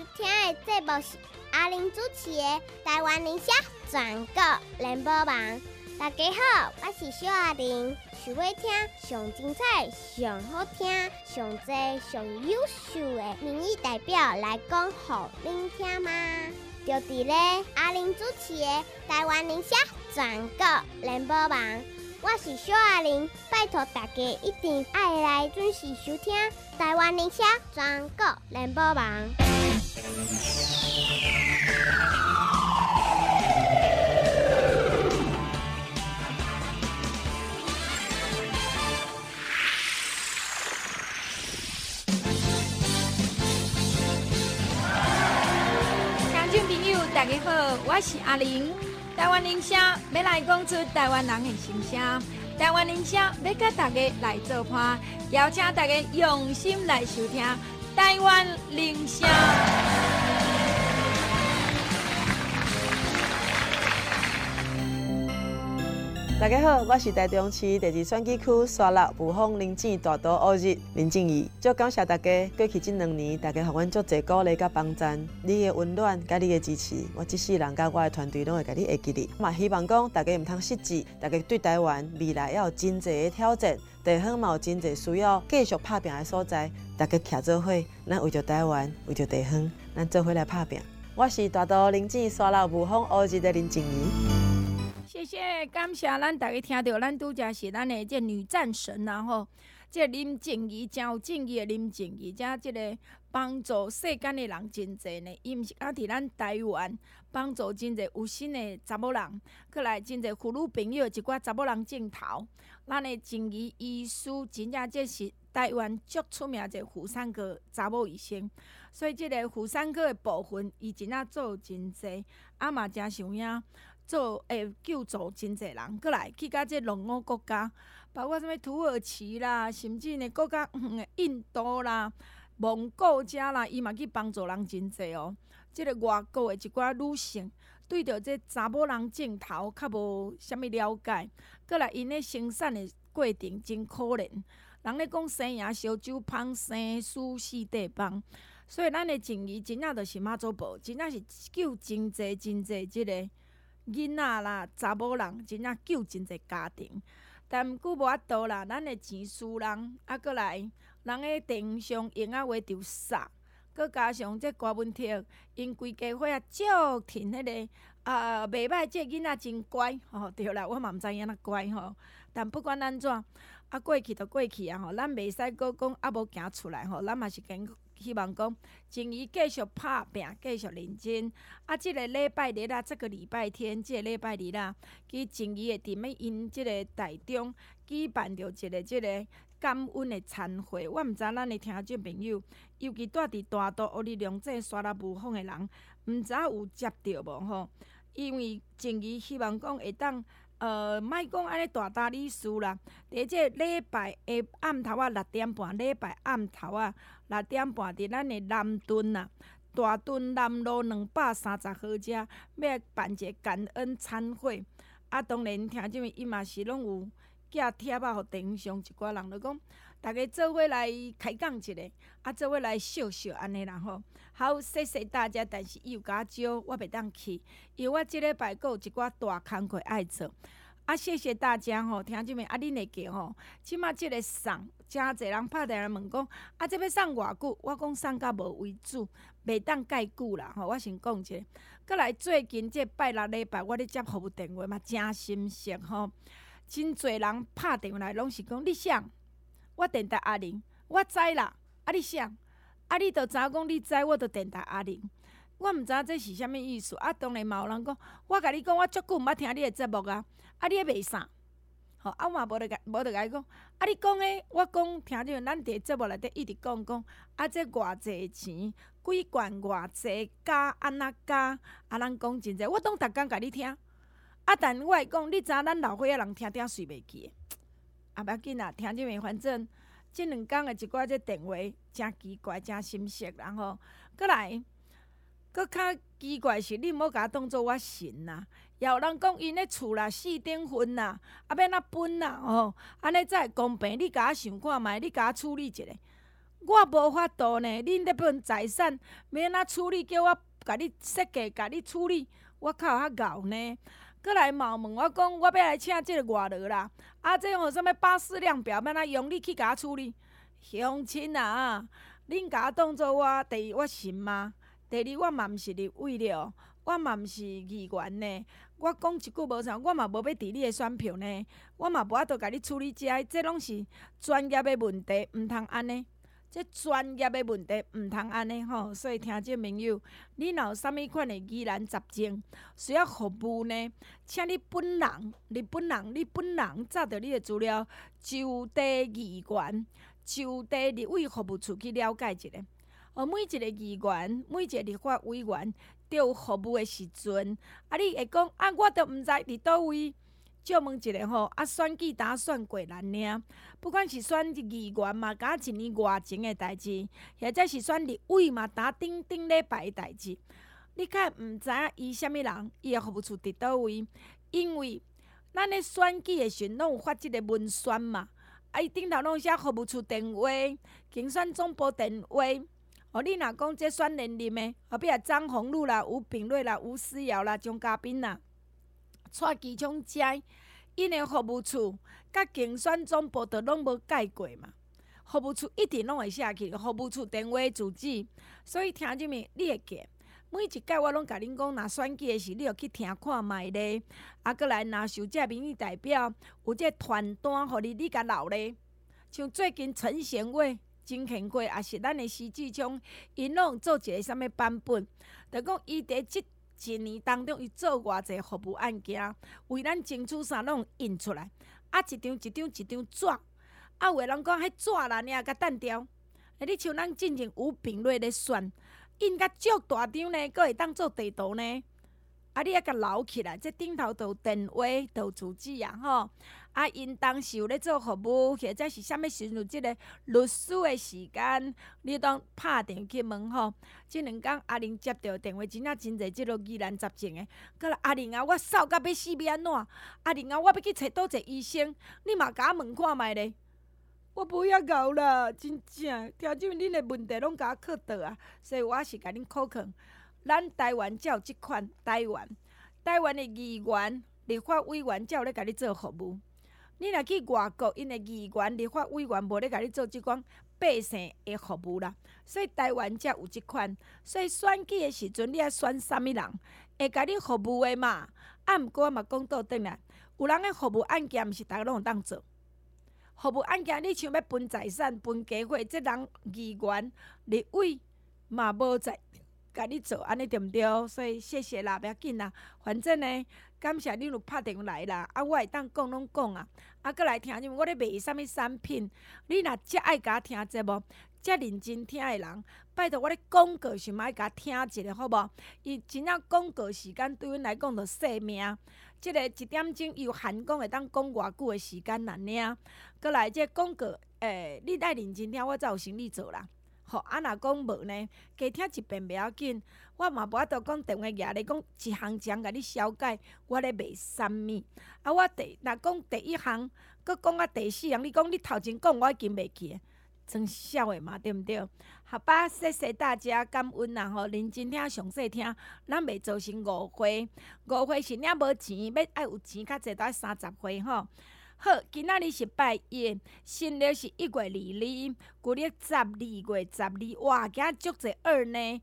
听的节目是阿玲主持的《台湾人社全国联播网》。大家好，我是小阿玲。想要听上精彩、上好听、上多、上优秀的民意代表来讲给您听吗？就伫咧阿玲主持的《台湾人社全国联播网》。我是小阿玲，拜托大家一定要来准时收听台湾人社全国联播网。 听众朋友，大家好，我是阿玲。台湾人社要来讲出台湾人的心声，台湾人社要甲大家来做伴，邀请大家用心来收听台湾人社。 大家好，我是台中市第2选举区沙鹿雾峰林检大都乌日林静怡。足感谢大家过去这2年，大家给阮足侪鼓励甲帮赞，你的温暖甲你的支持，我一世人甲我的团队拢会甲你会记哩。嘛希望讲大家唔通失志，大家对台湾未来要有真侪的挑战，地方嘛有真侪需要继续拍拼的所在，大家徛做伙，咱为着台湾，为着地方，咱做伙来拍拼。我是大都林检沙鹿雾峰乌日的林静怡。 谢谢，感谢咱大家听到，咱拄则是咱的这女战神啦吼，这林静怡真有正义的林静怡，加这个帮助世间的人真侪呢。伊毋是讲伫咱台湾帮助真侪有心的查某人，过来真侪妇女朋友一寡查某人镜头。咱的静怡医师真正这是台湾足出名一个妇产科查某医生，所以这个妇产科的部分，伊真正做真侪，嘛真想影。做会救助真侪人，过来去到这龙欧国家，包括什么土耳其啦，甚至呢国家的印度啦、蒙古遮啦，伊嘛去帮助人真侪哦。这个外国的一寡女性对着这查某人镜头较无啥物了解，过来因咧生产的过程真可怜。人咧讲生爷烧酒芳，生死四地芳，所以咱的静怡真正就是妈祖婆，真正是救真侪真侪即个。囡仔啦，查某人真正救真侪家庭，但毋过无法度啦。咱的钱输人，过来人的地方上用啊话就杀，佮加上这高文婷，因规家伙足挺迄个袂歹，这囡仔真乖吼。对啦，我嘛毋知影哪乖吼，但不管安怎，过去就过去啊吼，咱袂使搁讲无行出来吼，咱嘛是希望讲，静怡继续拍拼，继续认真。即个礼拜日啊，这个礼拜天，即个礼拜日啊，佮静怡会伫咧因即个台中举办着一个即个感恩的餐会。我毋知咱的听众朋友，尤其住伫大都乌日龙井沙鹿雾峰的人，毋知有接到无吼？因为静怡希望讲会当。莫讲安尼大大理事啦，伫即礼拜下暗头6点半，礼拜暗头6点半，伫咱的南屯啦，大屯南路230号遮，要办一个感恩餐会。当然听即伊嘛是拢有寄贴互地方上一寡人，就讲大家做伙来开讲一下，做伙来笑笑安尼啦吼。好，谢谢大家，但是伊有甲我招，我袂当去，因为我即礼拜阁有一寡大工课爱做。谢谢大家吼，听众们，恁会记吼，即马即个送，真侪人拍电话问讲，这要送偌久？我讲送甲无为主，袂当介久啦吼。我先讲一下，过来最近这拜六礼拜，我咧接服务电话嘛，真心实吼。真侪人拍电话来，拢是讲你想，我电台阿玲，我知啦。你想，你著知影讲你知，我著电台阿玲。我毋知影这是啥物意思。当然嘛有人讲，我甲你讲，我足久毋捌听你的节目啊。你咧卖啥？吼，我嘛无得甲伊讲。你讲诶，我讲听着，咱伫节目内底一直讲，这偌济钱，几罐偌济加安那加，人讲真济，我拢逐工甲你听。但我会讲，你知影咱老岁仔人听睡袂记诶。不要紧啦，听者反正即2工诶一寡这电话真奇怪，真心实，然后过来。搁较奇怪是，你毋好甲我当做我神啦。也有人讲因咧厝啦4等份啦，要哪分啦吼，安尼才会公平。你甲我想看觅，你甲我处理一下。 我无法度呢，恁咧分财产，要安怎处理？叫我甲你设计，甲你处理，我靠较敖呢。过来嘛问我讲，我要来请即个外劳啦，这啥物巴士量表，要安怎用你去甲我处理？乡亲啊，恁甲我当作我第一我神吗？第二我嘛毋是立委了，我嘛毋是议员呢。我讲一句无错，我嘛无要伫你的选票呢，我嘛无法度甲你处理这拢是专业的问题，毋通安尼。这专业的问题毋通安尼吼，所以听众朋友，你若有啥物款的疑难杂症需要服务呢？请你本人找到你的资料，就地议员、就地立委服务处去了解一下。每一个议员、每一个立法委员都有服务的时阵，你会讲我都毋知伫倒位。借问一下吼，选举打选过难领，不管是选议员嘛，打一年外前的代志，或者是选立委嘛，打顶礼拜的代志，你敢毋知影伊啥物人，伊的服务处伫倒位？因为咱咧选举的时阵，拢有发即个文宣嘛，伊顶头拢写服务处电话、竞选总部电话。你若讲这选连任的，比如张宏禄啦、吴秉瑞啦、吴思瑶啦、钟嘉宾啦。蔡其昌遮，因的服务处甲竞选总部都拢无改过嘛。服务处一定拢会写去，服务处电话住址。所以听入面，你会记。每一届我拢甲恁讲，若选举的时，你要去听看卖咧。过来，若受这民意代表有这传单，互你甲留咧。像最近陈贤伟、曾庆贵，也是咱的施志昌，因拢做一个啥物版本，就讲伊伫一年当中，伊做偌济服务案件，为咱争取啥拢印出来，一张纸，有的人讲迄纸啦，你也甲单调。你像咱进前吴秉瑞咧选，印甲足大张呢，阁会当做地图呢。你也甲留起来，这顶头都有电话，都有住址啊吼。因当时有咧做服务，或者是啥物时阵有即个律师的时间，你当拍电话去问吼。即2天阿玲接到电话，真侪即落疑难杂症的。过来阿玲啊，我扫到要死要安怎？阿玲啊，我要去找倒一个医生，你嘛甲我问看卖咧。我无遐敖啦，真正听种恁的问题拢甲我靠倒啊，所以我是甲恁考劝。咱台湾才有即款台湾的议员、立法委员才有咧甲你做服务。你若去外国，因的议员、立法委员无咧甲你做即款百姓的服务啦。所以台湾才有即款。所以选举的时阵，你爱选啥物人会甲你服务的嘛？毋过我嘛讲倒转来，有人的服务案件毋是逐个拢有当做。服务案件，你想要分财产、分家伙，这人议员、立委嘛无在甲你做，安尼对毋对？所以谢谢啦，不要紧啦。反正呢，感谢你有拍电话来啦，我会当讲拢讲啊。过来听我咧卖啥物产品，你若遮爱甲我听节目，遮认真听的人，拜托我咧广告想爱甲我听一下，好无？伊真正广告时间对阮来讲着性命。即个1点钟有限讲会当讲偌久的时间难领。过来这广告，你爱认真听，我才有生意做啦。若讲无呢，加听一遍袂要紧。我嘛无法度讲电话举咧，讲一项甲你了解我咧卖啥物。我若讲第1项，佮讲第4项，你讲你头前讲我已经袂记，真少的嘛，对毋对？好吧，谢谢大家，感恩啦吼，认真听，详细听，咱袂造成误会。误会是领无钱，要爱有钱较济，都爱30岁吼。好，今仔日是拜1，新历是1月22，旧历12月12，哇，今仔足侪2呢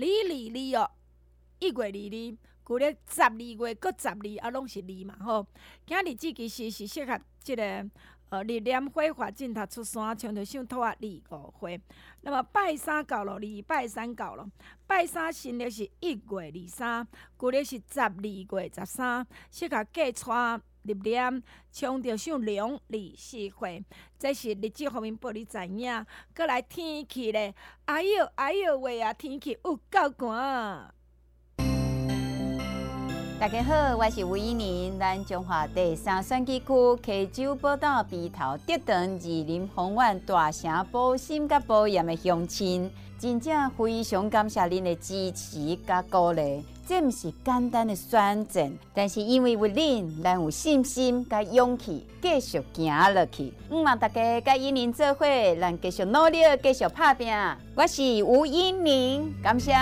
，222哦，1月22，旧历12月搁12，拢是2嘛吼。今日子其实是适合即个日念火化进头出山，唱着唱托2、5岁。那么拜3到了，2拜3到了，拜3新历是1月23，旧历是12月13，适合嫁娶。入念唱着唱龙24岁，这是日子方面报你知影。过来天气咧，哎哟话啊，天气有够寒。 大家好，我是吴依宁，咱中华第3选举区溪州宝岛鼻头竹塘二林丰苑大城保心甲保严的乡亲，真正非常感谢恁的支持甲鼓励。 这毋是简单的选择，但是因为有恁，咱有信心甲勇气，继续行落去。望大家甲英玲做伙，咱继续努力，继续打拼。我是吴英玲，感谢。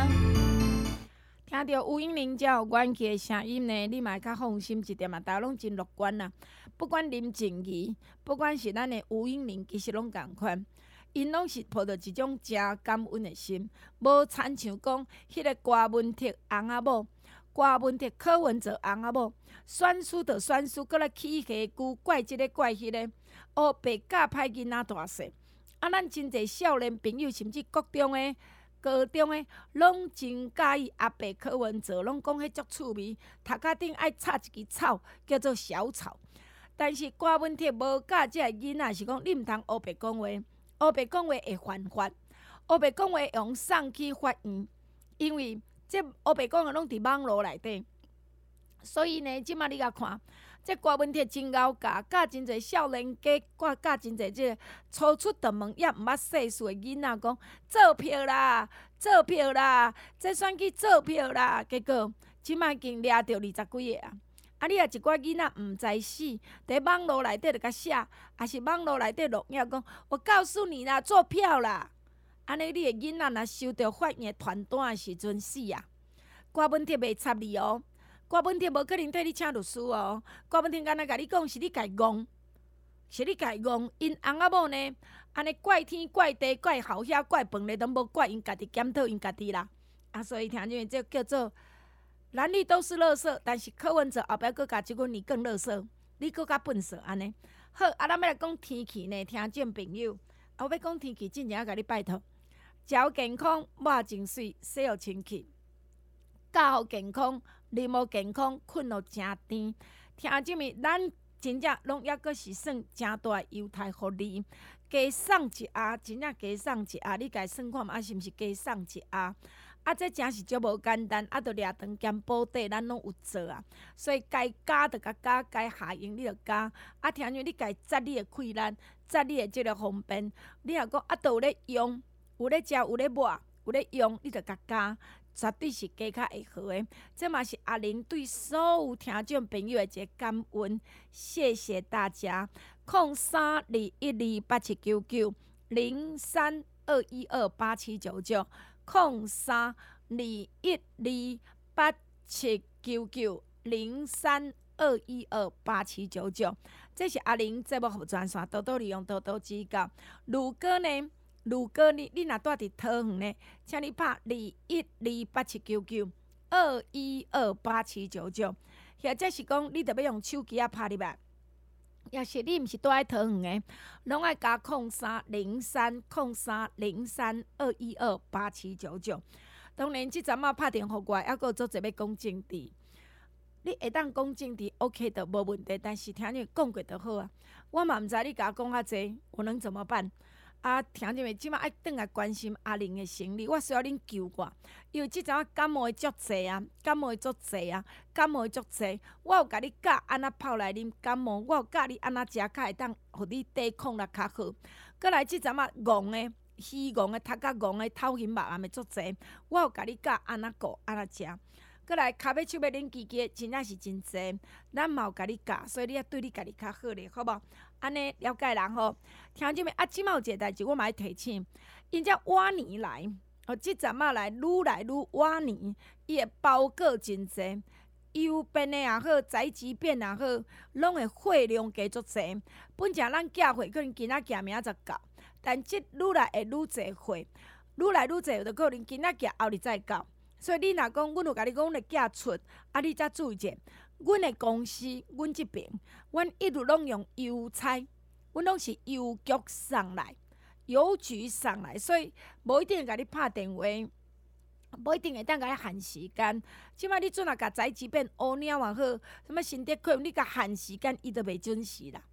听到吴英玲遮有元气的声音呢，你嘛会较放心一点嘛，大家拢真乐观啦。不管林静怡，不管是咱的吴英玲，其实拢共款。因拢是抱着一种诚感恩的心，无亲像讲迄个郭文婷翁仔某、郭文婷柯文哲翁仔某，选输就选输，搁来起下句怪即个怪迄个，黑白教歹囡仔大细。啊，咱真侪少年朋友，甚至国中的、高中的，拢真介意阿伯柯文哲，拢讲迄足趣味，头壳顶爱插一支草，叫做小草。但是郭文婷无教即个囡仔，是讲你毋通黑白讲话。黑白讲话会犯法，黑白讲话用送去法院，因为这黑白讲的拢伫网络内底，所以呢，即马你甲看，这郭文婷真敖教真侪少年家，教真侪即个初出长门也毋捌世事的囡仔讲做票啦，做票啦，这选举做票啦，结果即马已经掠着20几个啊！啊，你也一寡囡仔毋知死，伫网络内底就甲写，也是网络内底录影讲，我告诉你啦，做票啦。安尼你的囡仔若收到法院的传单的时阵死啊！郭文婷袂插你哦，郭文婷无可能替你请律师哦。郭文婷敢若甲你讲，是你家戆，是你家戆。因翁仔某呢，安尼怪天怪地怪后遐怪饭咧，都无怪因家己检讨因家己啦。啊，所以听见这叫做。蓝绿都是垃圾，但是柯文哲后壁佫加即句你更垃圾，你佫较笨色安尼。好，啊，咱要来讲天气呢，听众朋友，我要讲天气，真正要甲你拜托，食好健康，抹真水，洗好清气，教好健康，啉好健康，困好真甜。听众们，咱真正拢抑佫是算真大优待互你，加送一下，真正加送一下，你家算看嘛，是毋是加送一下？啊，这真是足无简单，啊，着掠长兼保底，咱拢有做啊。所以该加着甲加，该下用你着加。啊，听像你该节你的困难，节你的即个方便，你若讲啊，都有咧用，有咧食，有咧抹，有咧用，你着甲加，绝对是加较会好诶。这嘛是阿玲对所有听众朋友的一个感恩，谢谢大家。032128799032128799。032128799032128799，这是阿玲节目服专线，多多利用，多多指教。如果你若住伫桃园呢，请你拍21287992128799，或者是讲你着要用手机拍入来。也是你毋是住喺桃园的，拢爱加030302128799。当然，即阵仔拍电话过来，还佫有做者要讲政治，你会当讲政治 OK 的无问题，但是听你讲过就好啊。我嘛毋知你甲我讲较济，我能怎么办？啊，听见未？即摆爱转来关心阿玲的生理，我需要恁救我，因为即阵仔感冒的足济啊，感冒的足济。我有甲你教安怎泡来啉感冒，我有教你安怎食，较会当互你抵抗力较好。过来即阵仔戆的、虚戆的、头壳戆的、头晕目暗的足济，我有甲你教安怎顾、安怎食。过来骹尾手尾恁叽叽，真正是真济，咱嘛有甲你教，所以你要对你家己较好咧，好无？安尼了解人吼，听见没？啊，即摆有一个代志，我嘛要提醒，因遮晚年来，即阵仔来愈晚年，伊的包裹真济，邮便的也好，宅急便也好，拢会货量加足济。本正咱寄货可能今仔寄明仔载到，但即愈来会愈济货，愈来愈济，就可能今仔寄后日再到。所以你若讲，阮有甲你讲咧寄出，啊，你则注意者，阮的公司，阮即边，阮一直拢用邮差，阮拢是邮局送来，邮局送来，所以无一定会甲你拍电话，无一定会当甲你限时间。即摆你阵啊，甲宅急便、乌鸟也好，什么新德快，你甲限时间，伊都袂准时啦，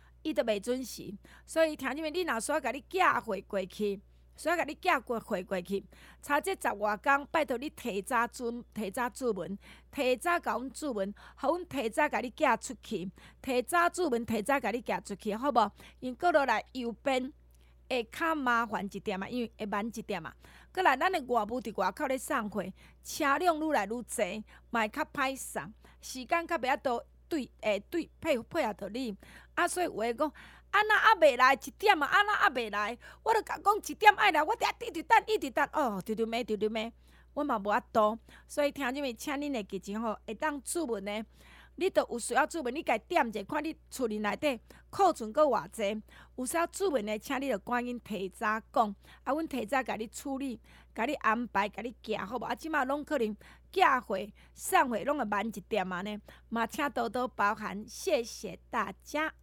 所以听见没？你若需要甲你寄货过去。所以，甲你寄过货过去，差这10外工，拜托你提早注文，提早甲阮注文，互阮提早甲你寄出去，提早注文，提早甲你寄出去，好无？因过落来邮便会较麻烦一点嘛，因为会慢一点嘛。过来，咱的外务伫外口咧送货，车辆愈来愈侪，嘛会较歹送，时间较袂多配合着你。啊，所以有诶讲，安那还袂来1点啊，安那还袂来，我著甲讲1点爱来，我一直等，一直等，哦，直骂，我嘛无法度。所以听众们，请恁会记真吼，会当注文呢。你著有需要注文，你家点者，看你厝里内底库存搁偌济，有需要注文的，请你著赶紧提早讲，啊，阮提早甲你处理，甲你安排，甲你寄好无？啊，即马拢可能寄货、送货拢会慢一点嘛呢，嘛请多多包涵，谢谢大家。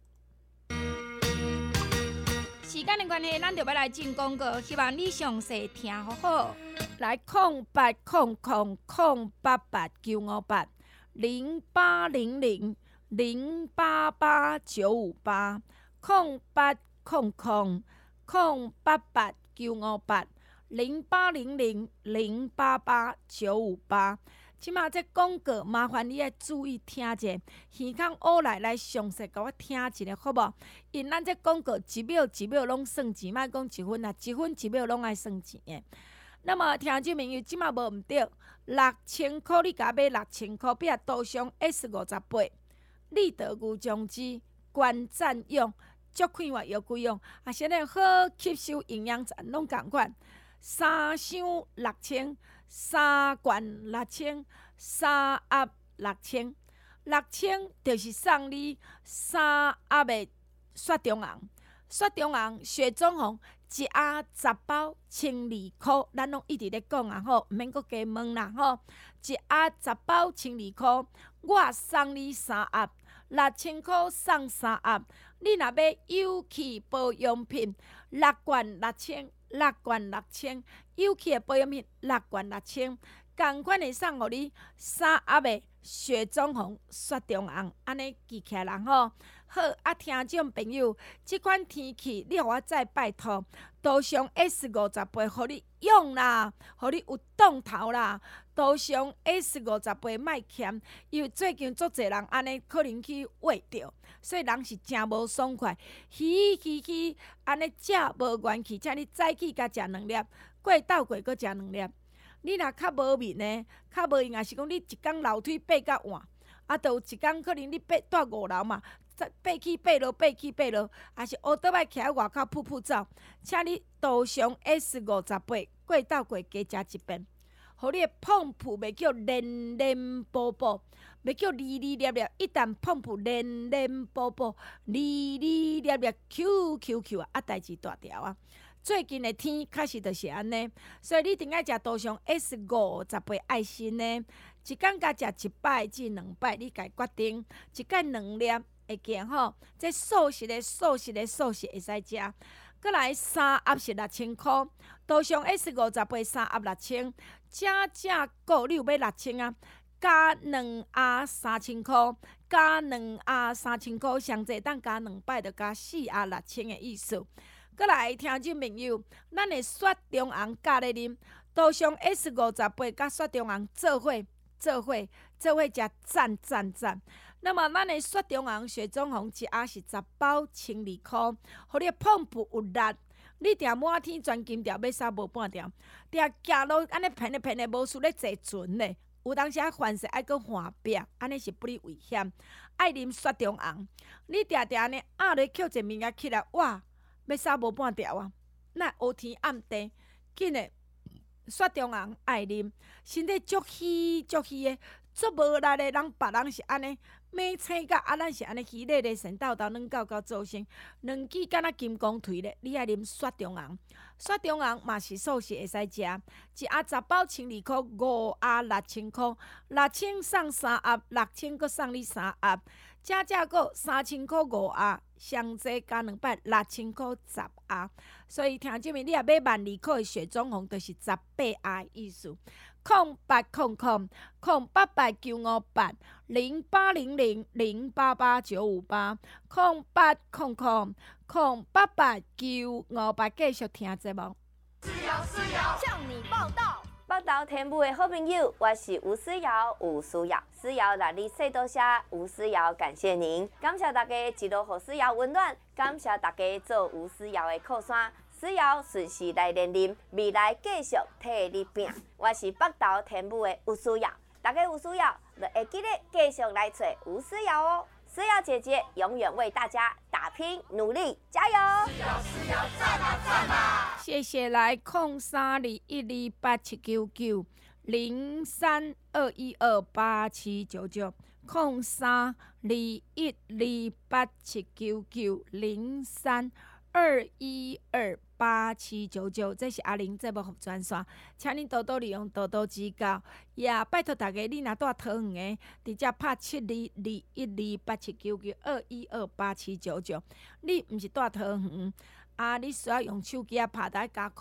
时间的关系，咱就要来进广告，希望你详细听好好。来0800088958。0800088958，0800088958，0800088958。即马这广告，麻烦你爱注意听者，耳孔学来详细甲我听一下，好无？因咱这广告一秒一秒拢算钱，莫讲1分啊，1分1秒拢爱算钱的。那么听众朋友，即马无毋对，6000块你甲买6000块，比刀上 S58，立德牛酱汁，关赞用，足快活又贵用，啊，现在好吸收营养餐拢共款，3箱6000，3罐6000，3盒6000，6000就是送你3盒的雪中红，雪中红雪中红。一盒10包12块，咱拢一直咧讲啊吼，毋免阁加问啦吼。一盒10包12块，我送你3盒，6000块送3盒。你若要有气保养品，6罐6000，6罐6000，有气的保养品6罐6000，共款会送互你3盒的雪中红、雪中红，安尼记起来人吼。好啊，听众朋友，即款天气，你互我再拜托，多上 S58，互你用啦，互你有挡头啦。多上 S58莫欠，因为最近足侪人安尼可能去挖着，所以人是真无爽快。鱼安尼食无元气，请你早起甲食2粒，过斗过阁食2粒。你若较无面呢，较无闲，也是讲你一工楼梯爬甲晏，啊，都有一工可能你住5楼嘛。爬起爬落，也是乌倒摆徛喺外口噗噗走，请你多上 S58，过斗过加食一遍，互你的碰扑袂叫连波波，袂叫哩哩咧咧，一旦碰扑连波波，哩哩咧咧 Q 啊，代志大条啊！最近的天确实就是安尼，所以你一定要食多上 S58爱心呢，一工甲食1摆至2摆，你家决定，一工2粒。会惊吼，这素食会使食。过来3盒是6000块，多上 S58 3盒6000，正个你有买6000啊？加2盒3000块，加2盒3000块，上济当加2摆，就加4盒6000的意思。过来听众朋友，咱的雪中红加咧啉，多上 S58甲雪中红做伙食赞。那么，咱的雪中红、雪中红一盒是10包12块，互你碰布有力。你定满天钻金条，要杀无半条，定行路安尼偏的，无输咧坐船咧。有当时凡事爱搁换壁，安尼是不利危险。爱啉雪中红，你定安尼压咧捡一物件起来，哇，要杀无半条啊！那黑天暗地，紧的雪中红爱啉，身体足虚的。足无力的人，别人是安尼，每青甲咱是安尼虚咧神豆软到造成两支敢若金刚腿咧。你爱啉雪中红，雪中红嘛是素食会使食，一盒10包12块，5盒6000块，6000送3盒，6000搁送你3盒，正个3000块5盒，上济加2摆6000块10盒。所以听证明，你若买12块的雪中红，就是18盒的意思。0800088958，0800088958，继续听节目。 向你报道。报道天母的好朋友，我是吴思瑶，思瑶来你细多些，吴思瑶感谢您，感谢大家一路给思瑶温暖，感谢大家做吴思瑶的靠山。 需要顺时来练练，未来继续替你拼。我是北投天母的吴思瑶，大家有需要就会记得继续来找吴思瑶哦。思瑶姐姐永远为大家打拼努力，加油！思瑶，赞啦赞啦！ 谢谢来0321287990 0321287990 0321287990 0321287990，这是阿玲节目服专线，请您多多利用，多多指教。也拜托大家，你若住桃园的，直接拍7221287992128799。你毋是住桃园，你需要用手机拍打加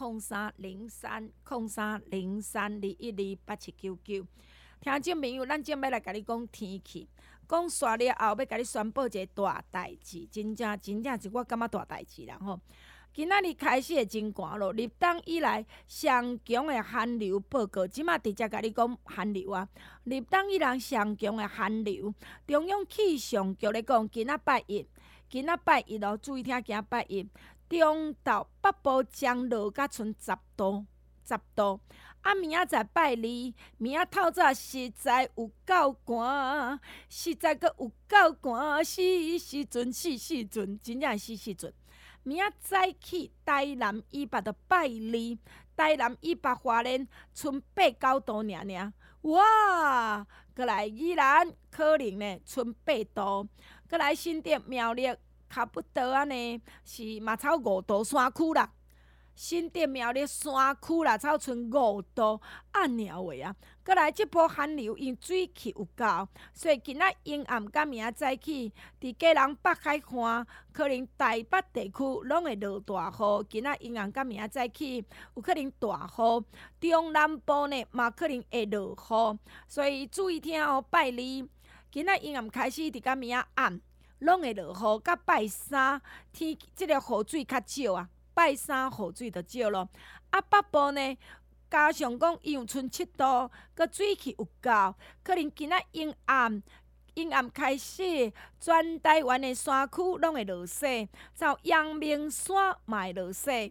03030302128799。听众朋友，咱正要来甲你讲天气。讲煞了后，要甲你宣布一个大代志，真正是我感觉大代志啦吼。今仔日开始会真寒咯，入冬以来上强的寒流报告，即马直接甲你讲寒流啊。入冬以来上强的寒流，中央气象局咧讲，今仔拜一哦，注意听，今仔拜一，中昼北部将落甲剩10度。明仔载拜二，明仔透早实在有够寒，实在阁有够寒，死时阵，真正死时阵。明仔早起，台南以北就拜二，台南以北花莲剩8、9度尔。哇！过来宜兰可能呢剩8度，过来新店苗栗差不多安尼，是嘛超5度山区啦。新店苗栗山区啦，才剩5度，按鸟话啊！过来即波寒流，因水汽有够，所以今仔阴暗甲明仔早起，伫基隆北海岸，可能台北地区拢会落大雨。今仔阴暗甲明仔早起，有可能大雨。中南部呢，嘛可能会落雨，所以注意听哦。拜二，今仔阴暗开始，伫甲明仔暗，拢会落雨。甲拜三，天即个雨水较少啊。拜三雨水就少咯，北部呢，加上讲伊有剩7度，佮水汽有够，可能今仔阴暗开始，全台湾的山区拢会落雪，到阳明山嘛会落雪，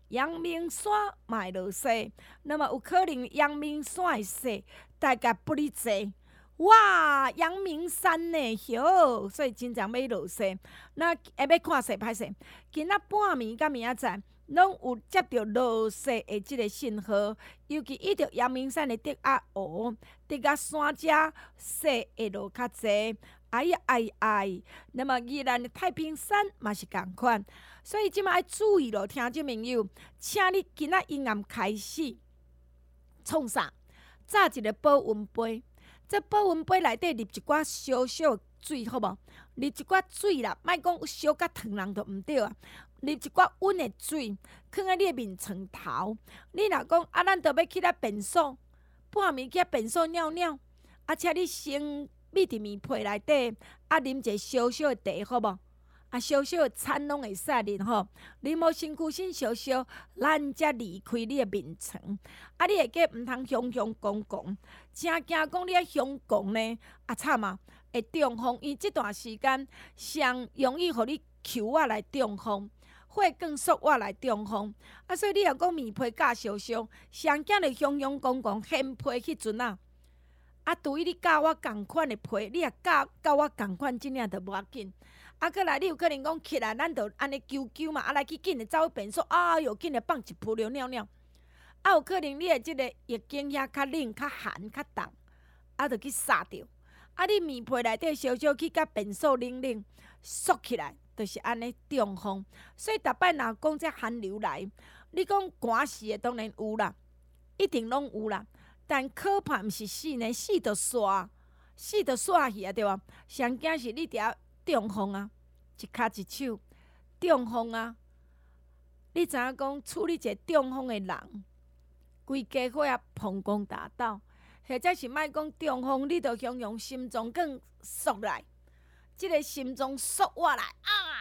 那么有可能阳明山的雪大概不哩济。哇，阳明山呢，哟，所以真正要落雪。那要看雪歹势，今仔半暝甲明仔载，拢有接到落雪的即个信号。尤其依着阳明山的竹仔湖、竹仔山遮，雪会落较济。哎呀哎哎，那么宜兰的太平山嘛是共款。所以即马要注意咯，听众朋友，请你今仔阴暗开始创啥？炸一个保温杯。这保温杯内底入一寡小小水，好无？入一寡水啦，莫讲烧甲烫人就毋对啊。入一寡温的水，放在你的面床头。你若讲咱着要去咱便所，半暝去便所尿尿，请你先秘伫棉被内底，啉一个小小的茶，好无？小小的餐拢会使啉吼，啉好身躯先烧烧，咱才离开你的面床。你会记毋通雄雄公公，真惊讲你雄公呢，惨啊，会中风。伊即段时间上容易互你球仔来中风，血管缩我来中风。所以你若讲棉被架烧烧，上惊着雄雄公公掀被迄阵啊。对于你教我共款的被，你也教我共款，真正着无要紧。过来，你有可能讲起来，咱就安尼揪揪嘛，来去紧的走去便所，哟，紧的放一扑溜尿尿。有可能你的即个月经遐较冷、较寒、较重，就去撒着。你棉被内底烧烧去，甲便所冷冷缩起来，就是安尼中风。所以逐摆若讲这寒流来，你讲寒死的当然有啦，一定拢有啦。但可怕毋是死呢，死就煞去啊，对吧？上惊是你伫遐中风啊，一骹一手中风啊！你知影讲处理一个中风的人，规家伙啊膀胱打倒，或者是莫讲中风，你着形容心脏更缩来，即个心脏缩我来，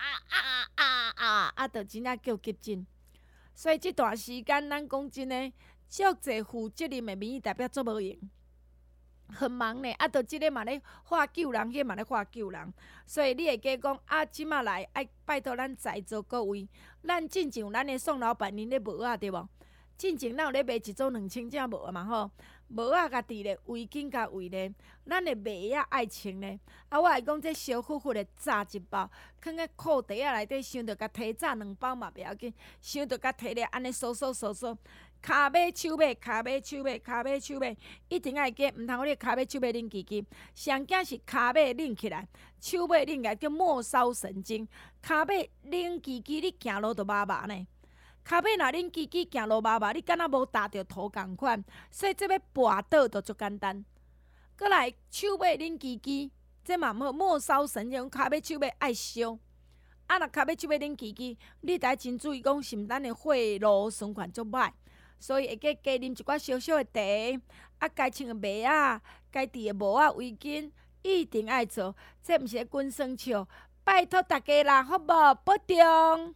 着真正叫急诊。所以即段时间，咱讲真诶，足侪负责任的民意代表做无用。 很忙呢，啊，着即个嘛咧画救人，迄嘛咧画救人，所以你会记讲啊，即马来爱拜托咱在座各位，咱进前咱的宋老板恁咧无啊对无？进前咱有咧卖一组2000只无嘛吼，无啊家己咧围巾甲围咧，咱的袜仔爱穿咧。啊，我会讲这小富富的炸一包，放在裤袋仔内底，想着甲提炸2包嘛袂要紧，想着甲摕咧安尼扫，骹尾手尾，骹尾手尾，骹尾手尾，一定爱记，毋通互你骹尾手尾拎叽叽。上惊是骹尾拎起来，手尾拎起来叫末梢神经，骹尾拎叽叽，你行路就麻麻呢。骹尾若拎叽叽行路麻麻，你敢若无踏着土共款，所以这要跋倒就足简单。过来手尾拎叽叽，这嘛好末梢神经，骹尾手尾爱烧。啊，若骹尾手尾拎叽叽，你得真注意讲，是毋咱的血路循环足歹。所以会加啉一寡小小的茶，啊，该穿的袜仔，该戴的帽仔、围巾，一定爱做。这毋是咧滚酸笑，拜托大家啦，好无？保重。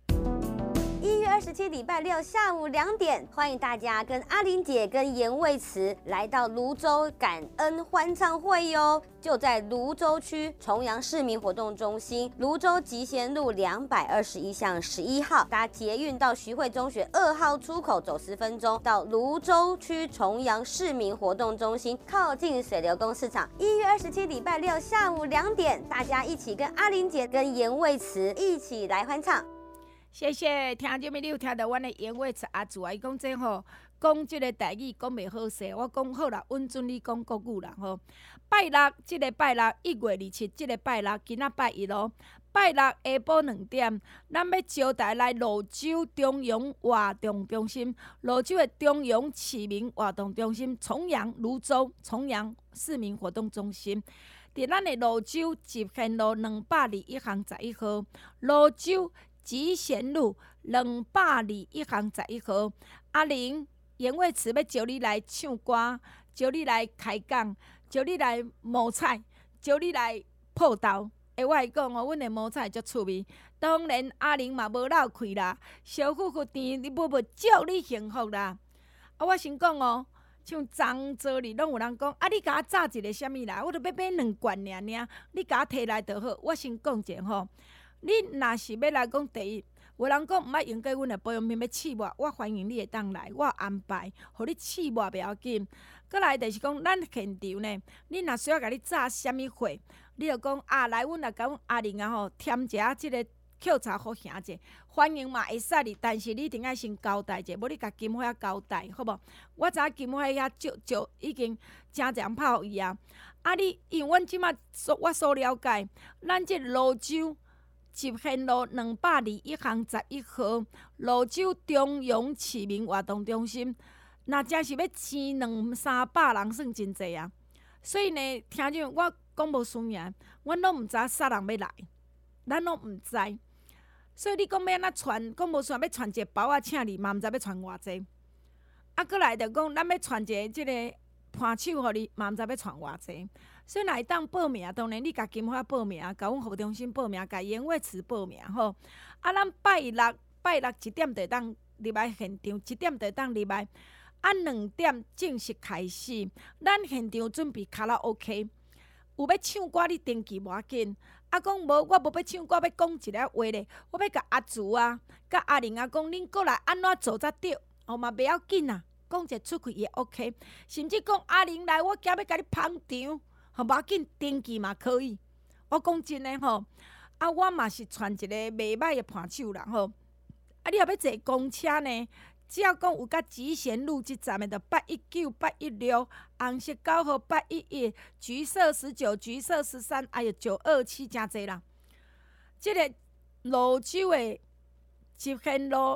1月27礼拜6下午2点，欢迎大家跟阿玲姐跟颜卫慈来到泸州感恩欢唱会哟，就在泸州区重阳市民活动中心，泸州集贤路221巷11号，搭捷运到徐汇中学2号出口走10分钟，到泸州区重阳市民活动中心，靠近水流宫市场。1月27礼拜6下午2点，大家一起跟阿玲姐跟颜卫慈一起来欢唱。 谢谢听众们，你有听到阮的颜卫慈阿祖啊？伊讲这吼，讲即个台语讲袂好势，我讲好啦，稳准你讲国语啦吼。拜六，即个拜六1月27，即个拜六今仔拜1咯。拜六下晡2点，咱要招待来泸州中央活动中心，泸州的中央市民活动中心，重阳泸州重阳市民活动中心。伫咱的泸州集贤路221巷11号，泸州集贤路221巷11号，阿玲颜卫慈要招你来唱歌，招你来开讲，招你来摸彩，招你来泡豆。我会讲哦，阮的摸彩足趣味。当然，阿玲嘛无漏开啦，小富富甜，你要祝你幸福啦。啊，我先讲哦，像昨昨日拢有人讲，啊，你甲我炸一个啥物啦？我著要买2罐尔，你甲我摕来就好。我先讲者吼。你若是要来讲第一，有人讲毋爱用过阮的保养品要试抹，我欢迎你会当来，我安排，互你试抹袂要紧。过来就是讲，咱现场呢，你若需要甲你炸啥物货，你就讲啊，来阮来讲阿玲啊吼，添一下即个扣茶好行者，欢迎嘛会使哩，但是你一定爱先交代者，无你甲金花交代，好无？我知影金花遐就已经真正拍互伊啊。啊你，因为阮即马我所了解，咱即泸州集贤路221巷11号，泸州中央市民活动中心，若真是要生200-300人，算真济啊！所以呢，听众我讲无顺眼，阮拢毋知啥人要来，咱拢毋知。所以你讲要安怎传，讲无顺要传一个包仔请你，嘛毋知要传偌济。啊，过来就讲咱要传一个即个伴手互你，嘛毋知要传偌济。所以若会当报名，当然你甲金花报名，甲阮服务中心报名，甲颜卫慈报名吼。啊，咱拜六1点就会当入来现场，1点就会当入来。啊，2点正式开始，咱现场准备卡拉 OK。有要唱歌，你登记无要紧。啊，讲无，我无要唱歌，要讲一个话咧。我要甲阿祖啊，甲阿玲啊讲，恁过来安怎做才对？哦嘛袂要紧啊，讲者出去也 OK。甚至讲阿玲来，我今要甲你捧场。吼，无要紧，登记嘛可以。我讲真诶吼，啊，我嘛是传一个袂歹诶伴手人吼。啊，你若要坐公车呢，只要讲有甲集贤路即站诶，就819、816，红色9号811，橘色19、橘色13，还有927，真济啦。即个泸州诶集贤路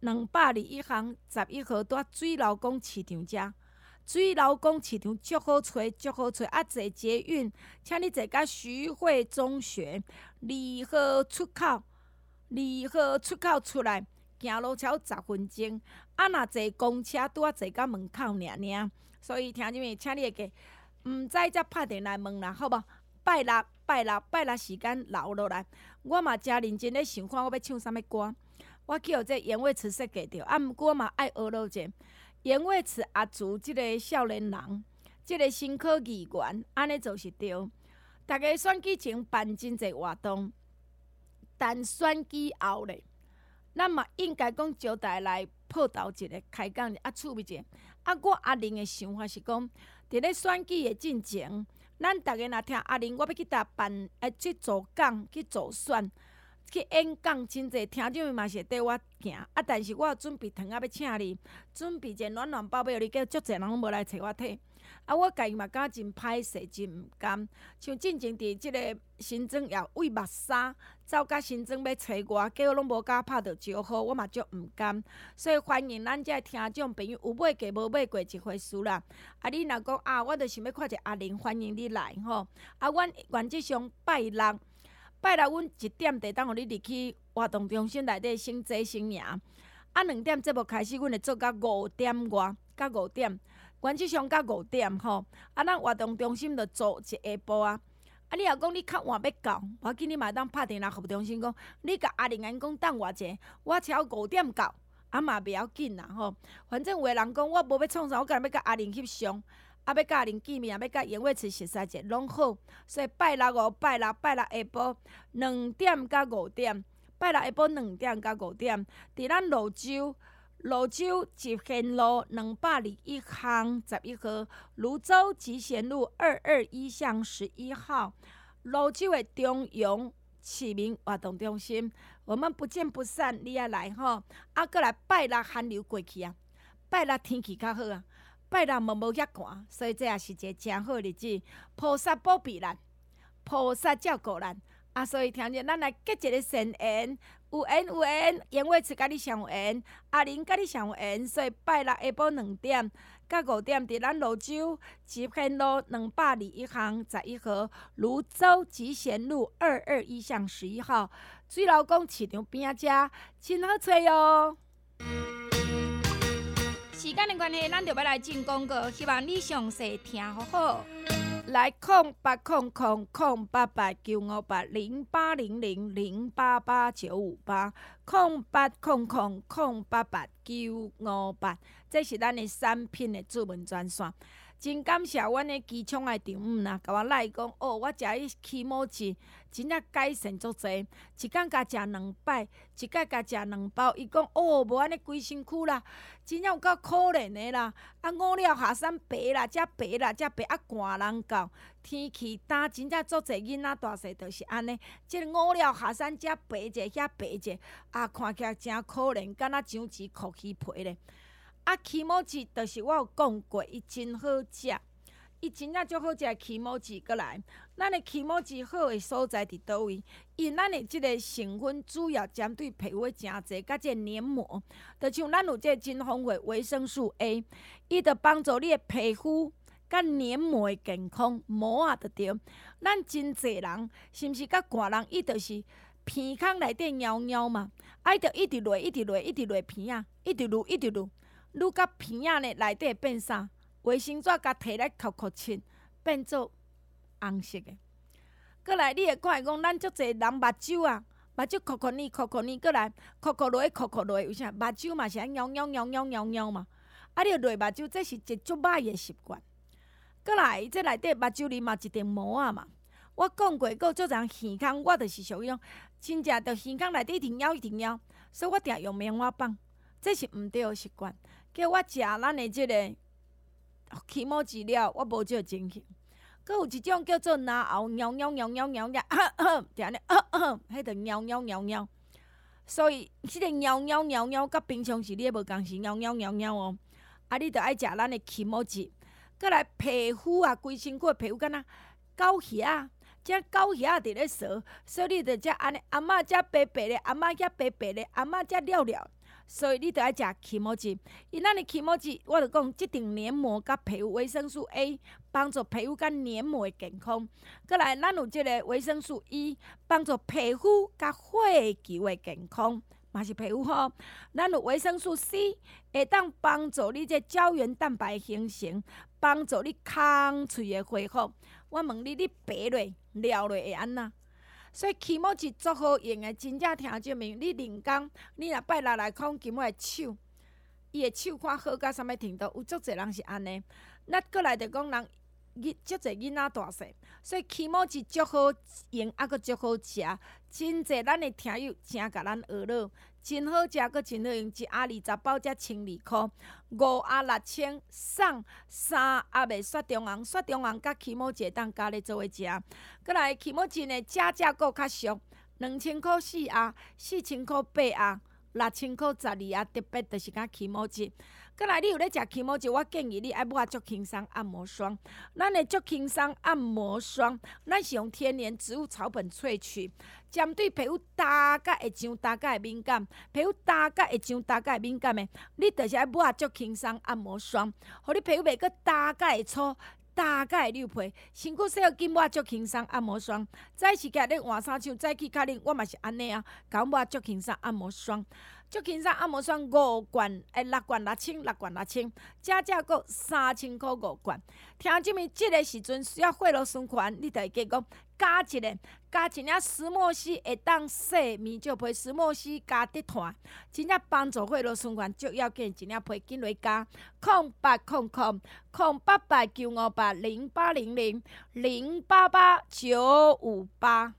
221巷11号，伫水流宫市场遮。水流宫市场足好找，足好找。啊，坐捷运，请你坐到徐汇中学2号出口，2号出口出来，行路超10分钟。啊，若坐公车，拄啊坐到门口尔。所以听众们，请你会记，毋知才拍电来问啦，好无？拜六时间留落来，我嘛真认真咧想看我要唱啥物歌。我叫这颜卫慈设计着，啊，毋过嘛爱学落者。颜卫慈阿祖即个少年人， 即个新科议员，安尼做是对。逐个选举前办真侪活动，但选举后咧，咱嘛应该讲招待来报道一个，开讲趣味一下。我阿玲的想法是讲，伫咧选举的进前，咱逐个若听阿玲，我要去搭办去做讲，去做选。去演讲，真侪听众嘛是缀我行，但是我有准备糖仔要请你，准备一个暖暖包要你，叫足侪人无来找我摕。我家己嘛感觉真歹势，真毋甘。像进前伫即个新庄也为目屎走甲新庄要找我，结果拢无甲拍着招呼，我嘛足毋甘。所以欢迎咱遮听众朋友有买过无买过一回事啦。你若讲我着想要看一阿玲，欢迎你来吼。阮原则上拜六，阮1点地当互你入去活动中心内底先坐先赢。2点节目开始，阮会做到5点外，到5点。原则上到5点吼，咱活动中心就做一下晡啊。你若讲你较晚要到，我要紧你嘛当拍电话服务中心讲，你甲阿玲讲等我者，我超5点到，嘛袂要紧啦吼。反正有个人讲我无要创啥，我干要甲阿玲翕相。要甲阿玲见面，要甲杨伟慈熟悉者拢好，所以拜六下晡2点到5点，拜六下晡2点到5点，伫咱泸州集贤路221巷11号，泸州集贤路221巷11号，泸州的中庸市民活动中心，我们不见不散，你也来吼。过来拜六寒流过去啊，拜六天气较好啊。拜六无遐寒，所以这也是一个真好的日子。菩萨保庇咱，菩萨照顾咱。所以听着，咱来结一个善缘，有缘，杨伟慈甲你上有缘，阿玲甲你上有缘。所以拜六下晡2点到5点，伫咱泸州集贤路221巷11号，泸州集贤路221巷11号，水老公市场边仔遮，真好找哟。时间的关系，咱就要来进广告，希望你详细听好好。来0800-088-958，0800-088-958，这是咱的产品的主文专线。真感谢阮的机场的场务啦，甲我来讲我食迄起毛子真正改善足侪，一工甲食2摆，一摆甲食2包。伊讲无安尼规身躯啦，真正有够可怜的啦。五了下山白啦，遮白寒人到天气干，真正足侪囡仔大细就是安尼。即个五了下山遮白者，遐白者，看起来真可怜，敢若长子哭起皮咧。起毛子就是我有讲过，伊真好食，伊真正足好食。起毛子过来，咱的起毛子好的所在伫倒位？因咱的即个成分主要针对皮肤真侪，甲即个黏膜，就像咱有即个真丰富维生素 A， 伊就帮助你的皮肤甲黏膜的健康，膜啊就对。咱真侪人是毋是甲寒人，伊就是鼻孔内底枵嘛，伊就一直落鼻啊，一直撸。愈甲鼻仔呢内底变啥？卫生纸甲摕来扣亲，变做红色的。过来，你会看讲，咱足侪人目睭啊，目睭扣呢，过来扣落，为啥？目睭嘛是安枵嘛。你落目睭，这是一足歹的习惯。过来，这内底目睭里嘛一层膜啊嘛。我讲过，有足人耳孔，我就是属于种，真正着耳孔内底一定枵，所以我定用棉花棒，这是毋对的习惯。叫我食咱的即个起毛治疗，我无即个情形。佮有一种叫做拿喉枵，定安尼，迄着枵。所以即个枵，甲平常时你也无共时枵哦。你着爱食咱的起毛治。佮来皮肤啊，规身躯的皮肤敢若狗耳，遮狗耳伫咧烧，所以你着遮安尼，阿嬷遮白咧，阿嬷遐白咧，阿嬷遮了。所以你着爱食起毛剂，因咱的起毛剂，我着讲，即层黏膜甲皮肤维生素 A， 帮助皮肤甲黏膜的健康。过来，咱有即个维生素 E， 帮助皮肤甲血球的健康，嘛是皮肤好。咱有维生素 C， 会当帮助你这胶原蛋白形成，帮助你空喙的恢复。我问你，你白落了会安那？所以起毛是足好用的，真正听证明。你人工，你若拜六来看，起码会手伊的手看好到啥物程度，有足侪人是安尼。咱过来着讲人。足侪囡仔大细，所以起毛是足好用，还佫足好食。真侪咱的听友真甲咱学了，真好食，佫真好用。一盒20包才12箍，5盒6000，送3盒的雪中红，雪中红甲起毛一个当加咧做伙食。过来起毛真的价佫较俗，2000箍4盒，4000箍8盒，6000箍12盒，特别就是甲起毛节。过来，你有咧食起毛节，我建议你爱抹足轻松按摩霜。咱的足轻松按摩霜，咱是用天然植物草本萃取，针对皮肤大甲会痒、大甲会敏感，皮肤大甲会痒、大甲会敏感的，你就是爱抹足轻松按摩霜，互你皮肤袂阁大甲会粗。大概会溜皮，身躯洗好紧抹足轻松按摩霜。早时起咧换衫袖，早起较冷，我嘛是安尼啊，甲抹足轻松按摩霜。足轻松按摩霜5罐，6罐6000，6罐6000，加个3000块5罐。听即面即个时阵需要血路循环，你就会记讲加一个，加一领石墨烯会当洗面就皮，石墨烯加滴团，真正帮助血路循环足要紧，一领皮紧来加。0800-0800-0800-0888-958。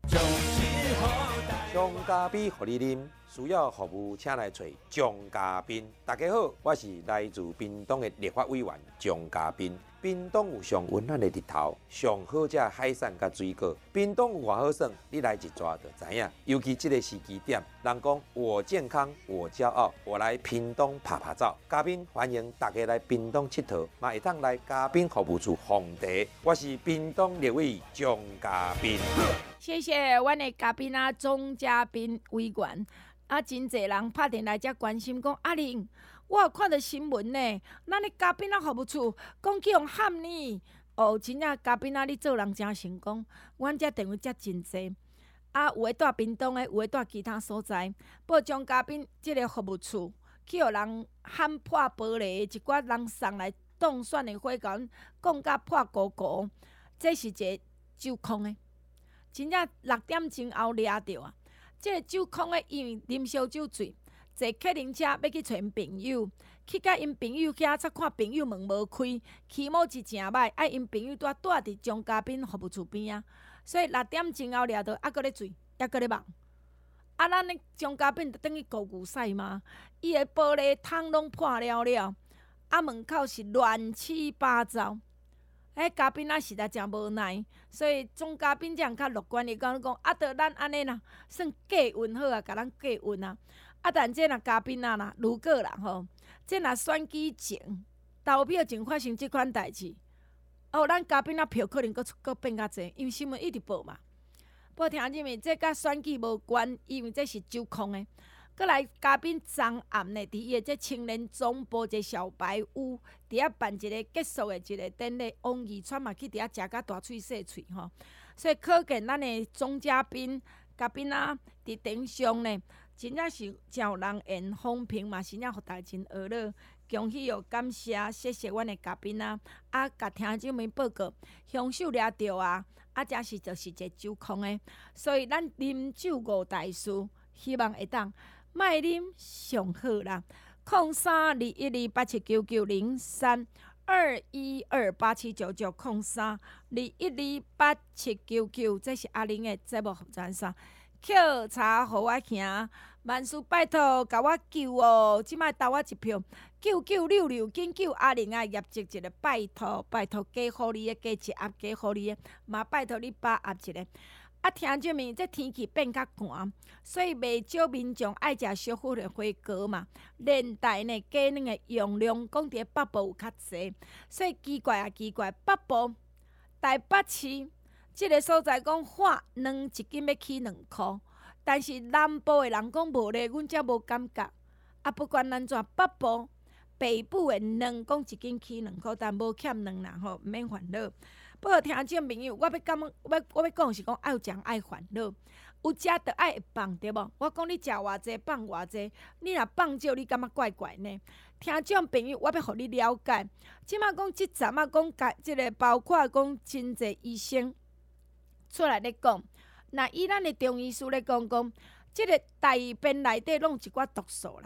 上嘉宾互你啉，需要服务请来找张嘉宾。大家好，我是来自屏东的立法委员张嘉宾。屏东有上温暖的日头，上好食海产甲水果。屏东有偌好耍，你来一抓就知影。尤其这个时机点，人讲我健康我骄傲，我来屏东拍拍照。嘉宾欢迎大家来屏东佚佗，嘛会当来嘉宾服务处奉茶。我是屏东立委张嘉宾。 谢谢阮的嘉宾啊，钟嘉宾委员啊，真侪人拍电来遮关心讲阿玲。我有看到新闻呢，咱的嘉宾服务处讲去用喊你哦，真正嘉宾你做人真成功。阮遮电话遮真济，啊，有诶住屏东诶，有诶住其他所在。不过将嘉宾即个服务处去互人喊破玻璃，一寡人送来冻蒜的火，甲阮讲甲破糊糊，这是一个酒空诶。真正6点钟后掠着啊！即个酒空诶，因为啉烧酒醉。坐客人车要去找因朋友，去甲因朋友遐才看朋友门无开，起毛是真歹，爱因朋友住伫张嘉宾服务处边啊，所以6点钟后掠到，还搁咧醉，还搁咧梦。啊，咱咧张嘉宾就等于高牛赛嘛，伊的玻璃窗拢破了了，啊门口是乱七八糟。嘉宾实在真无奈，所以总嘉宾这样较乐观的讲，啊，得咱安尼啦，算过运好啊，甲咱过运啊。啊，但这若嘉宾啦，如果啦吼，这若选举前、投票前发生即款代志，哦，咱嘉宾票可能佫变较济，因为新闻一直报嘛。不过听入面，这甲选举无关，因为这是酒空的。过来，嘉宾昨暗呢，伫伊的这青年总部一小白屋，伫遐办一个结束的一个典礼，王义川嘛去伫遐食甲大喙细喙吼，所以可见咱的总嘉宾伫顶上呢。真正是真有人缘风评嘛，真正互大家真娱乐。恭喜又感谢，谢谢阮的嘉宾啊！啊，甲听众们报告，凶手掠着啊！啊，这是就是一个酒空的，所以咱啉酒5大事，希望会当莫啉上好啦。0321287990321287990321287999，这是阿玲的节目服装衫。捡茶互我行，万事拜托，甲我救哦！即摆投我一票，9966，紧救阿玲啊！业绩一个，拜托拜托，加互你的，加一盒，加互你的，嘛拜托你把握一个。啊，听证明这天气变较寒，所以袂少民众爱食烧火的火锅嘛。连带呢，鸡卵的用量讲伫北部有较济，所以奇怪啊奇怪，北部台北市。即个所在讲化卵1斤要起2箍，但是南部的人讲无咧，阮遮无感觉。啊，不管安怎，北部的卵讲1斤起2箍，但无欠卵啦吼，毋免烦恼。不过听众朋友，我要讲是讲爱有奖爱烦恼，有食着爱会放对无？我讲你食偌济放偌济，你若放少，你感觉怪怪呢？听众朋友，我要互你了解，即马讲即阵啊，讲即个包括讲真济医生。出来咧讲，那以咱的中医师咧讲，即个大便内底拢有一寡毒素啦，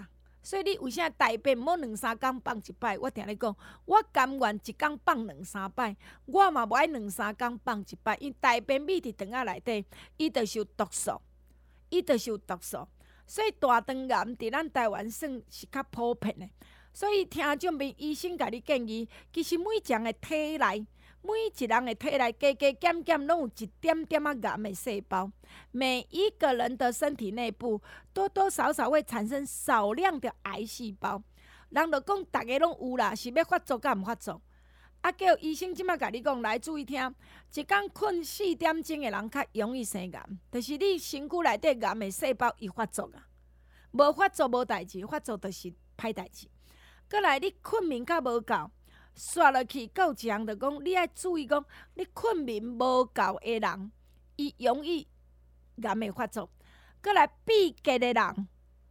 所以你为啥大便无2-3工放一摆？我定咧讲，我甘愿一工放2-3摆，我嘛无爱2-3工放一摆，因大便秘伫肠仔内底，伊就是有毒素，所以大肠癌伫咱台湾算是较普遍的。所以听众朋友医生甲你建议，其实每一人的体内，每一人的体内加加减减拢有一点点仔癌的细胞。每一个人的身体内部多多少少会产生少量的癌细胞。人就讲大家拢有啦，是要发作甲毋发作？叫医生即摆甲你讲，来注意听，一工困4点钟的人较容易生癌，就是你身躯内底癌的细胞伊发作啊，无发作无代志，发作就是歹代志。过来，你困眠较无够，刷落去到一项就讲，你爱注意讲，你困眠无够的人，伊容易癌会发作。过来，闭结的人，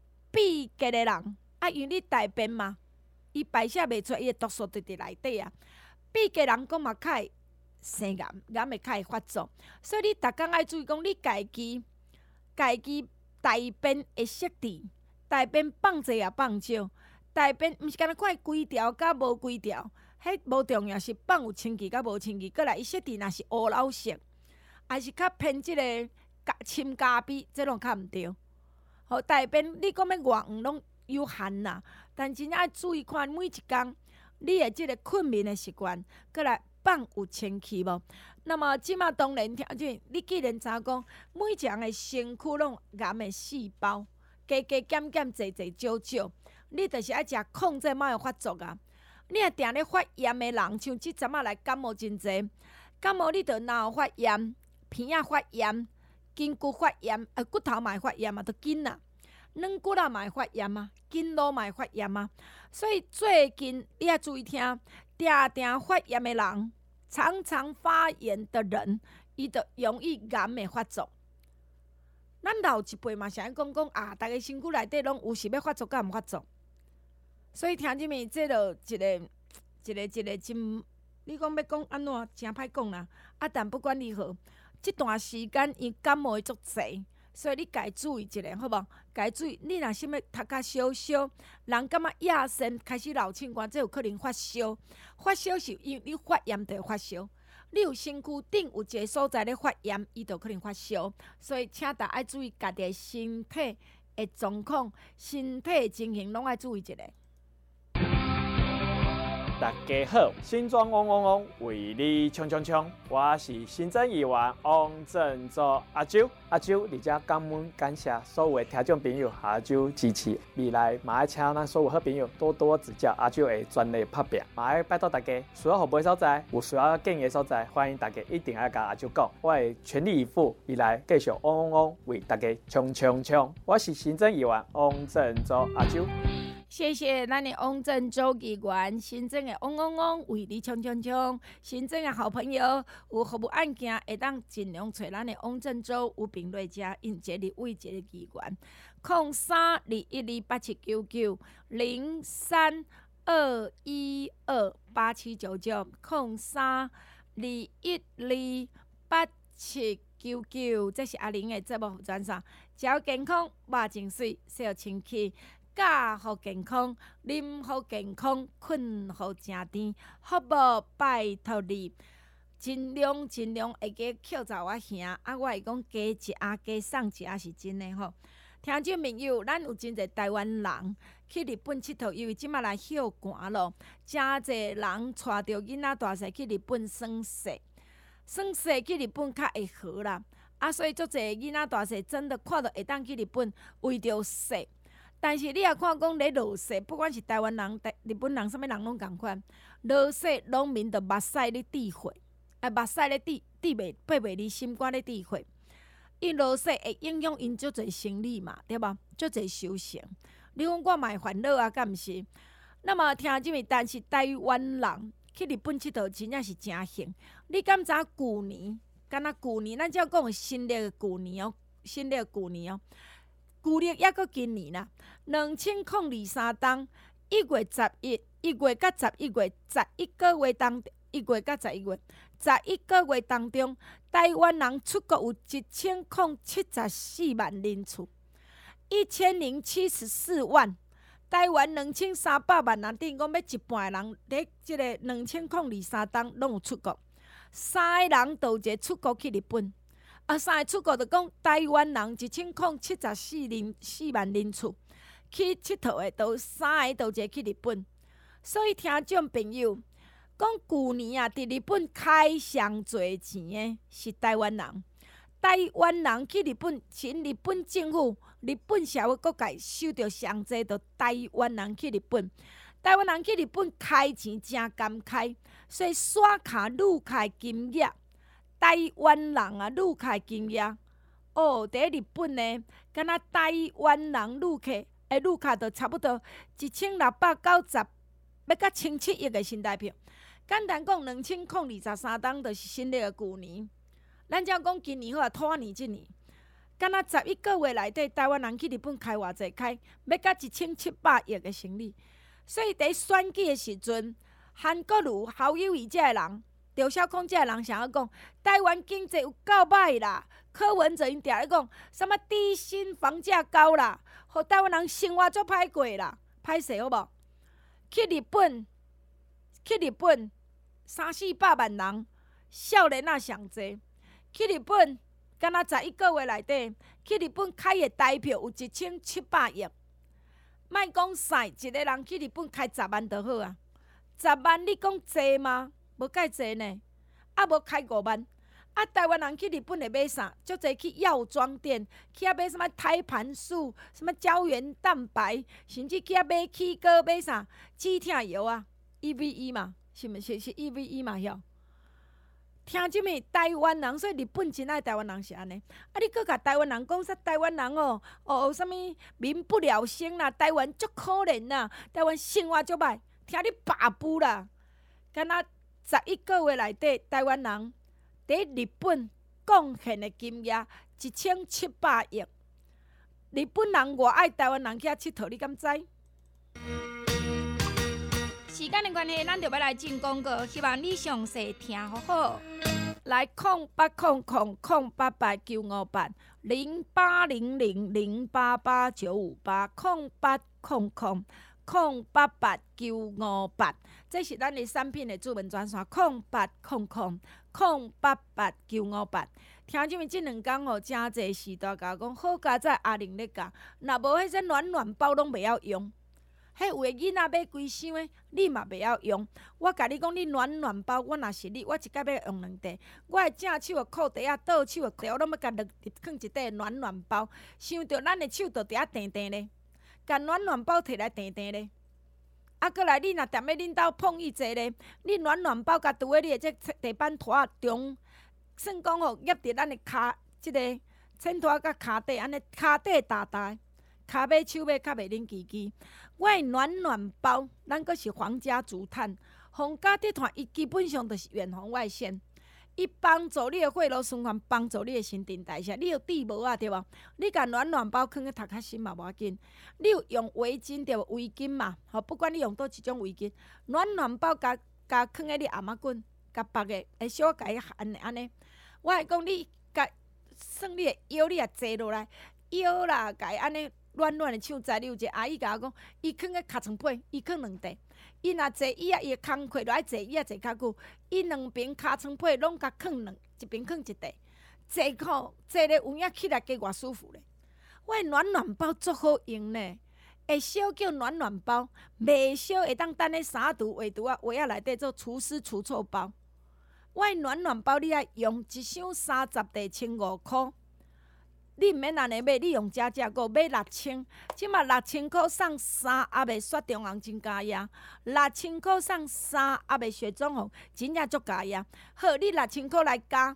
因为你大便嘛，伊排泄袂出来，伊的毒素就伫内底啊。闭结人讲嘛，较会生癌，癌会较会发作。所以你逐工爱注意讲，你家己大便的色地，大便放济也放少。大便毋是干那看规条甲无规条，迄无重要，是放有清气甲无清气。过来，伊色地若是乌老色，还是较偏即个深咖啡，这拢较毋对。好，大便你讲要偌远拢有限啦，但真正爱注意看每一工你的即个困眠的习惯，过来放有清气无？那么即马当然条件，你既然知讲每一人的身躯拢癌的细胞，加加减减侪少。你就是爱食控制，莫有发作啊！你若定咧发炎的人，像即阵仔来感冒真侪，感冒你着脑发炎、鼻仔发炎、筋骨发炎，骨头嘛会发炎嘛，着筋啊，软骨啊嘛会发炎啊，筋络嘛会发炎啊。所以最近你要注意听，定发炎的人，常常发炎的人，伊着容易癌的发作。咱老一辈嘛，是安讲啊，逐个身躯内底拢有是要发作甲毋发作。所以听即面，这就一个真，你讲要讲安怎，真歹讲啦。但不管如何，即段时间伊感冒足侪，所以你家注意一下，好无？家注意，你若啥物头壳烧烧，人感觉亚身开始流凊汗，这有可能发烧。发烧是因为你发炎就会发烧，你有身躯顶有一个所在咧发炎，伊就可能发烧。所以请大家爱注意家己的身体的状况、身体的情形，拢爱注意一下。 大家好，新庄嗡嗡嗡为你冲冲冲，我是新增议员王振洲阿周，而且感谢所有的听众朋友阿周支持，未来嘛爱请咱所有好朋友多多指教阿周的专业拍拼，嘛爱拜托大家，需要服务的所在，有需要建议的所在，欢迎大家一定要甲阿周讲，我会全力以赴，未来继续嗡嗡嗡为大家冲冲冲，我是新增议员王振洲阿周。 谢谢咱的王振洲议员，新增的嗡嗡嗡为你冲冲冲，新增的好朋友有服务案件会当尽量找咱的王振洲有评论者，因一个为一个议员，0321287990 0321287990，这是阿玲的节目专线，只要健康，肉真水，洗清气。食好健康，啉好健康，困好正甜，好无拜托你，尽量会加扣查我兄，我会讲加一下加送一下是真的吼。听众朋友，咱有真侪台湾人去日本佚佗，因为即马来休寒咯，真侪人带着囡仔大细去日本耍势去日本较会好啦。所以足侪囡仔大细真的看到会当去日本，为着势。但是你也看讲咧落雪，不管是台湾人、日本人，啥物人拢共款。落雪农民着目屎咧滴血，目屎咧滴爬袂离心肝咧滴血。因落雪会影响因足侪生理嘛，对吧？足侪修行。你讲我嘛会烦恼啊，敢毋是？那么听即面，但是台湾人去日本佚佗真正是真幸。你敢知旧年？敢若旧年，咱只要讲新历的旧年哦，新历的旧年哦。旧历抑搁今年啦，2023冬1月11、1月甲11月11个月当1月甲11月11个月当中，台湾人出国有1074万人次，1074万， 台湾2300万人，等于讲要一半的人伫即个2023当拢有出国，3个人就有一个出国去日本。3个出国就讲台湾人1074万人次去佚佗的，都3个就有一个去日本。所以听众朋友，讲旧年啊，伫日本开上侪钱的是台湾人。台湾人去日本，请日本政府、日本社会各界收到上济，就台湾人去日本。台湾人去日本开钱真甘开，所以刷卡愈开金额，台湾人啊愈开金额。哦，伫日本呢，敢若台湾人愈卡就差不多1690，要到1700亿的新台币。简单讲，2023当就是新历的旧年。咱只讲今年好啊，拖年即年，敢若11个月内底，台湾人去日本开偌济开，要到1700亿的生意。所以伫选举的时阵，韩国瑜、侯友宜遮个人，赵少康遮个人，想要讲台湾经济有够歹啦。柯文哲因定咧讲，什么低薪、房价高啦，互台湾人生活足歹过啦，歹势好无？去日本300-400万人，少年仔上济。去日本，敢若11个月内底，去日本开的台票有1700亿。莫讲啥，一个人去日本开10万就好啊。10万你讲济吗？无介济呢。啊，无开5万。啊，台湾人去日本会买啥？足济去药妆店，去买什么胎盘素、什么胶原蛋白，甚至去买起哥买啥止痛药啊 ，EVE 嘛，是毋是 EVE 嘛？晓？听即物台湾人，所以日本真爱台湾人是安尼。啊，你搁甲台湾人讲说台湾人什物民不聊生啦，台湾足可怜啦，台湾生活足歹，听你爸母啦。敢若11个月内底，台湾人伫日本贡献的金额1700亿。日本人偌爱台湾人去遐佚佗，你敢知？时间的关系，咱就要来进广告，希望你详细听好好。来0800-088-958，0800-088-958，这是咱的产品的主文专线0800-088-958。听即物即2天吼，真济时代甲讲好佳哉阿玲咧教，若无迄些暖包拢袂晓用。迄有诶囡仔买规箱诶，你嘛袂晓用。我甲你讲，你暖包，我若是你，我一摆要用2袋。我诶正手诶裤袋啊，倒手诶裤袋，我拢要甲放一袋暖包。想着咱诶手就伫遐定定咧，甲暖包摕来定定咧。啊，过来你若踮咧恁兜碰伊坐咧，你暖包甲拄诶你诶这地板拖中，算讲吼压伫咱诶骹即个衬拖甲骹底安尼，骹底大大，骹尾手尾较袂冷叽叽。我的暖包，咱阁是皇家竹炭，皇家地毯，伊基本上就是远红外线，伊帮助你的血路循环，帮助你的新陈代谢。你有底无啊？对无？你甲暖包放去头壳心嘛无要紧。你有用围巾对无？围巾嘛，吼，不管你用倒一种围巾，暖包甲放喺你阿妈棍，甲绑个，会小甲伊安尼。我会讲你甲算你的腰，你也坐落来，腰啦，甲伊安尼。软的像在，你有一个阿姨甲我讲，伊放个尻床被，伊放2袋。伊若坐椅啊，伊的工课就爱坐椅啊坐较久。伊2边尻床被拢甲放一边放1袋，坐咧有影起来加偌舒服咧。我的暖包足好用呢，会小叫暖包，袂小会当等咧3除画图啊画仔内底做除湿除臭包。我的暖包你爱用一箱30袋1500块。你毋免安尼买，你用加购买6000，即马6000块送3也袂雪中红真加呀，6000块送3也袂雪中红，真正足加呀。好，你6000块来加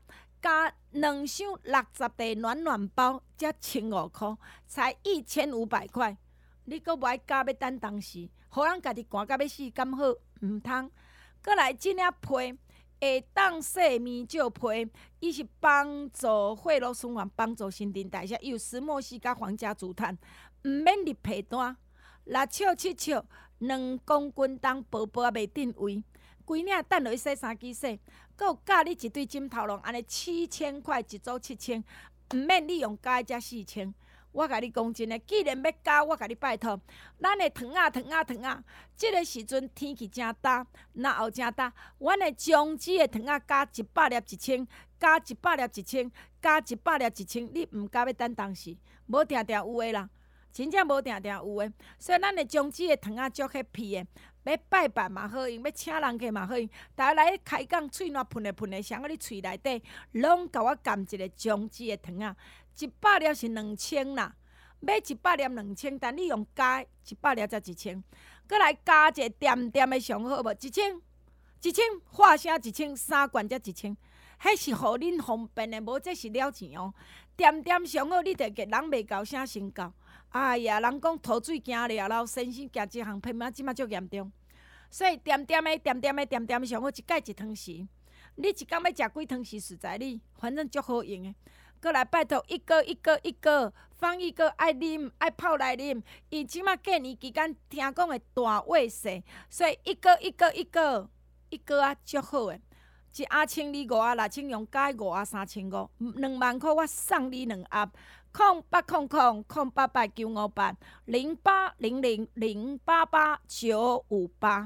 2箱60袋暖包，才1500块，才1500块。你阁无爱加要等当时，互人家己寒甲要死，敢好？毋通。阁来即领被。会当洗面罩被，伊是帮助血路循环，帮助新陈代谢，伊有石墨烯甲皇家竹炭，毋免入被单，6尺7尺，2公斤重，薄薄也袂定位，规领等落去洗衫机洗，阁有教你一对枕头笼，安尼7000块一组7000，毋免你用加才4000。 我甲你讲真诶，既然要教，我甲你拜托，咱诶糖啊，即个时阵天气真干，然后真干，阮诶姜子诶糖啊加100粒1000，加100粒1000，加100粒1000，你毋加要等当时，无定定有诶啦，真正无定定有诶。所以咱诶姜子诶糖啊足 happy 诶，要拜拜嘛好用，要请人客嘛好用，逐个来开讲，喙烂喷诶，谁你喙内底拢甲我含一个姜子诶糖啊，100粒是2000啦。买100粒2000，但你用加100粒才1000，搁来加一个点点的上好无？1000，化声1000，3罐才1000，迄是互恁方便的，无这是了钱哦。点点上好，你着给人袂够啥先够。哎呀，人讲吐水惊了老，先生惊即项偏嘛，即马足严重。所以点点上好，一盖一汤匙。你一工要食几汤匙实在你，反正足好用的。过来拜托一个，放一个爱啉，爱泡来啉。伊即马过年期间听讲会大胃势，所以一个啊，足好诶。一盒1,250，6,000用加5盒3,500，2万块我送你2盒。0800-088-958。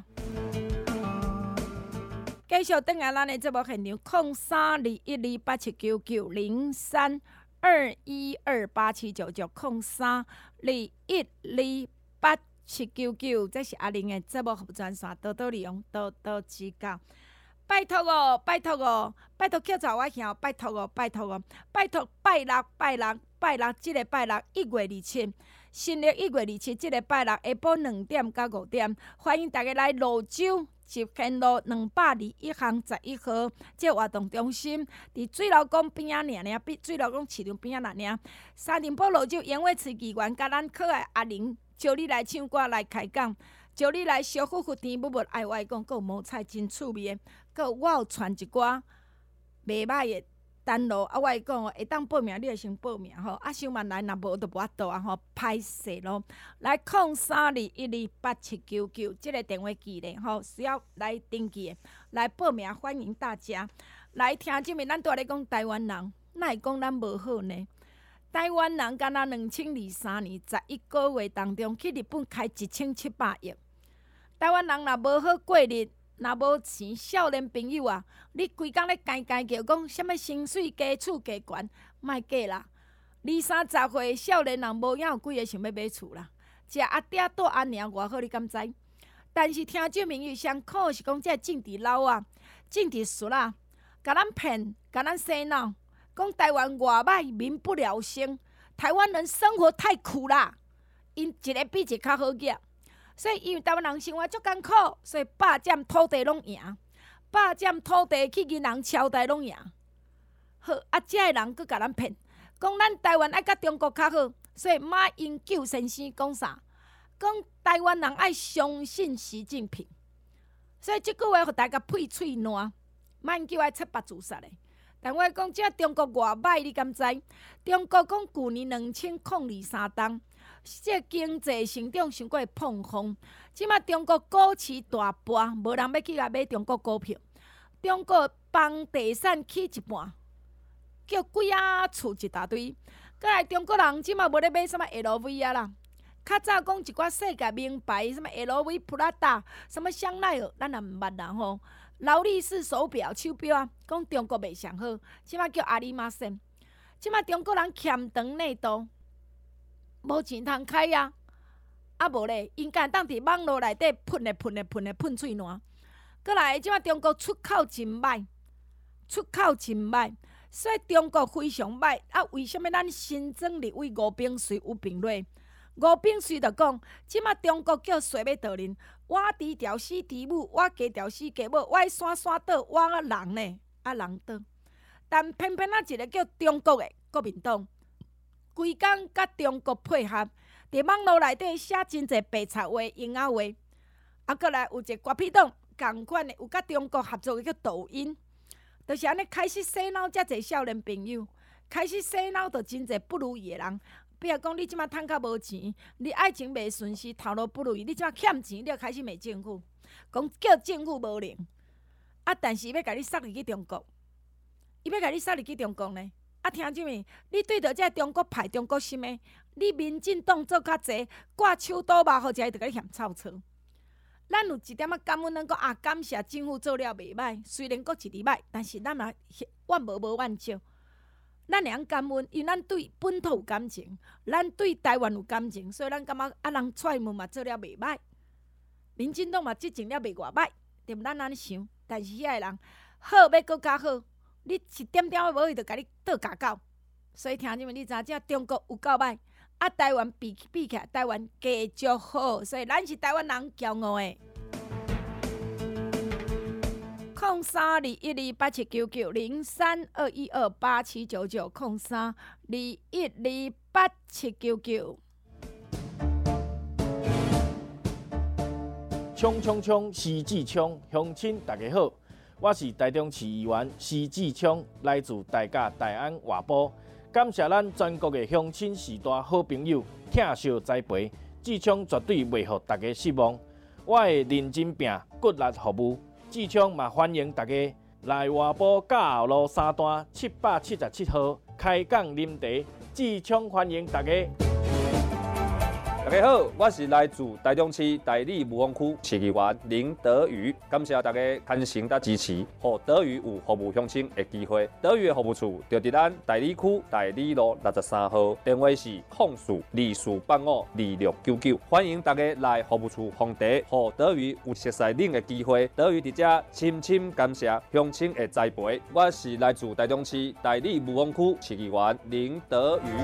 继续转来咱的节目现场，032128799032128799，0321287999，这是阿玲的节目服专线，多多利用，多多指教。拜托哦，拜托叫查我兄，拜托哦，拜托拜六，即个拜六1月27，新历1月27，即个拜六下晡2点到5点，欢迎大家来蘆洲集贤路221巷11号，这活动中心伫水老公边仔尔，水老公市场边仔尔。沙丁堡蘆洲演艺词剧员，甲咱可爱阿玲招你来唱歌来开讲。招你来小虎甜母爱我讲，佮有毛菜真趣味的，佮我有传一寡袂歹的单路，我讲会当报名，你就先报名吼。想万来，若无就无法度啊吼，歹势咯。来0321287999，这个电话记咧吼，需要来登记的，来报名，欢迎大家来听。即面咱拄仔咧讲台湾人，哪会讲咱无好呢？台湾人敢若2023年11个月当中去日本开1700亿。台湾人若无好过日，若无钱，少年朋友啊，你规工咧叫讲什物薪水加厝加悬，莫假啦！20-30岁少年人无影有几个想要买厝啦？食阿爹住阿娘偌好，你敢知？但是听众朋友上苦是讲，这政治佬啊，政治术啊，甲咱骗，甲咱洗脑，讲台湾偌歹，民不聊生，台湾人生活太苦啦，因一个比一个较好过。所以，因为台湾人生活足艰苦，所以霸占土地拢赢，霸占土地去银行敲代拢赢。好，遮个人佫甲咱骗，讲咱台湾爱甲中国较好，所以马英九先生讲啥？讲台湾人爱相信习近平。所以即句话，互大家配喙烂，马英九爱切腹自杀嘞。但我讲，这中国偌歹，你敢知？中国讲去年2023当。这经济成长伤过膨风，即马中国股市大跌，无人要去甲买中国股票。中国房地产起一半，叫几啊厝一大堆。过来中国人即马无咧买什么 LV 啊啦，较早讲一寡世界名牌，什么 LV、普拉达，什么香奈儿，咱也毋捌啦吼。劳力士手表、手表啊，讲中国卖上好，即马叫阿里马森。即马中国人欠长内度。无钱通开啊！无咧，因敢当伫网络内底喷喙烂。过来，即马中国出口真歹，所以中国非常歹。为什么咱新增立委吴秉叡有评论？吴秉叡就讲，即马中国叫衰要倒人，我低调死低母，我低调死低母，我山倒，我人呢？人倒。但偏偏一个叫中国的国民党。规工甲中国配合，伫网络内底写真侪白贼话、英仔话，过来有一个国民党共款的，有甲中国合作的叫抖音，就是安尼开始洗脑遮侪少年朋友，开始洗脑着真侪不如意的人。比如讲，你即马趁较无钱，你爱情袂顺遂，头路不如意，你即马欠钱，你就开始骂政府，讲叫政府无能。但是要甲你杀入去中国，伊要甲你杀入去中国呢？ 啊，听姐妹，你对着这中国派、中国心的，你民进党做较济，挂手倒肉好食，伊就甲你嫌臭臭。咱有一点仔感恩，咱讲啊，感谢政府做了袂歹，虽然佫一直歹，但是咱也怨无怨少。咱会晓感恩，因为咱对本土有感情，咱对台湾有感情，所以咱感觉啊，人蔡英文嘛做了袂歹，民进党嘛执政了袂偌歹，对毋？咱安尼想，但是遐个人好要佫较好，你一点点无伊就甲你倒架到。所以听你们，你知影这中国有够歹，啊，台湾比起来，台湾继续好，所以咱是台湾人骄傲的。0321287990321287990321287999。 冲冲冲！施志聪，乡亲大家好，我是台中市议员施志聪，来自大甲大安外埔，感谢咱全国的乡亲时代好朋友疼惜栽培，志聪绝对袂互大家失望，我会认真拼，骨力服务。志聪嘛欢迎大家来外埔嘉后路3段777号开讲啉茶，志聪欢迎大家。 大家好，我是来自台中市大里武丰区市议员林德瑜，感谢大家牵诚甲支持，让德瑜有服务乡亲的机会。德瑜的服务处就伫咱大里区大里路63号，电话是0484852699，欢迎大家来服务处访茶，让德瑜有熟悉恁的机会。德瑜伫遮深深感谢乡亲的栽培。我是来自台中市大里武丰区市议员林德瑜。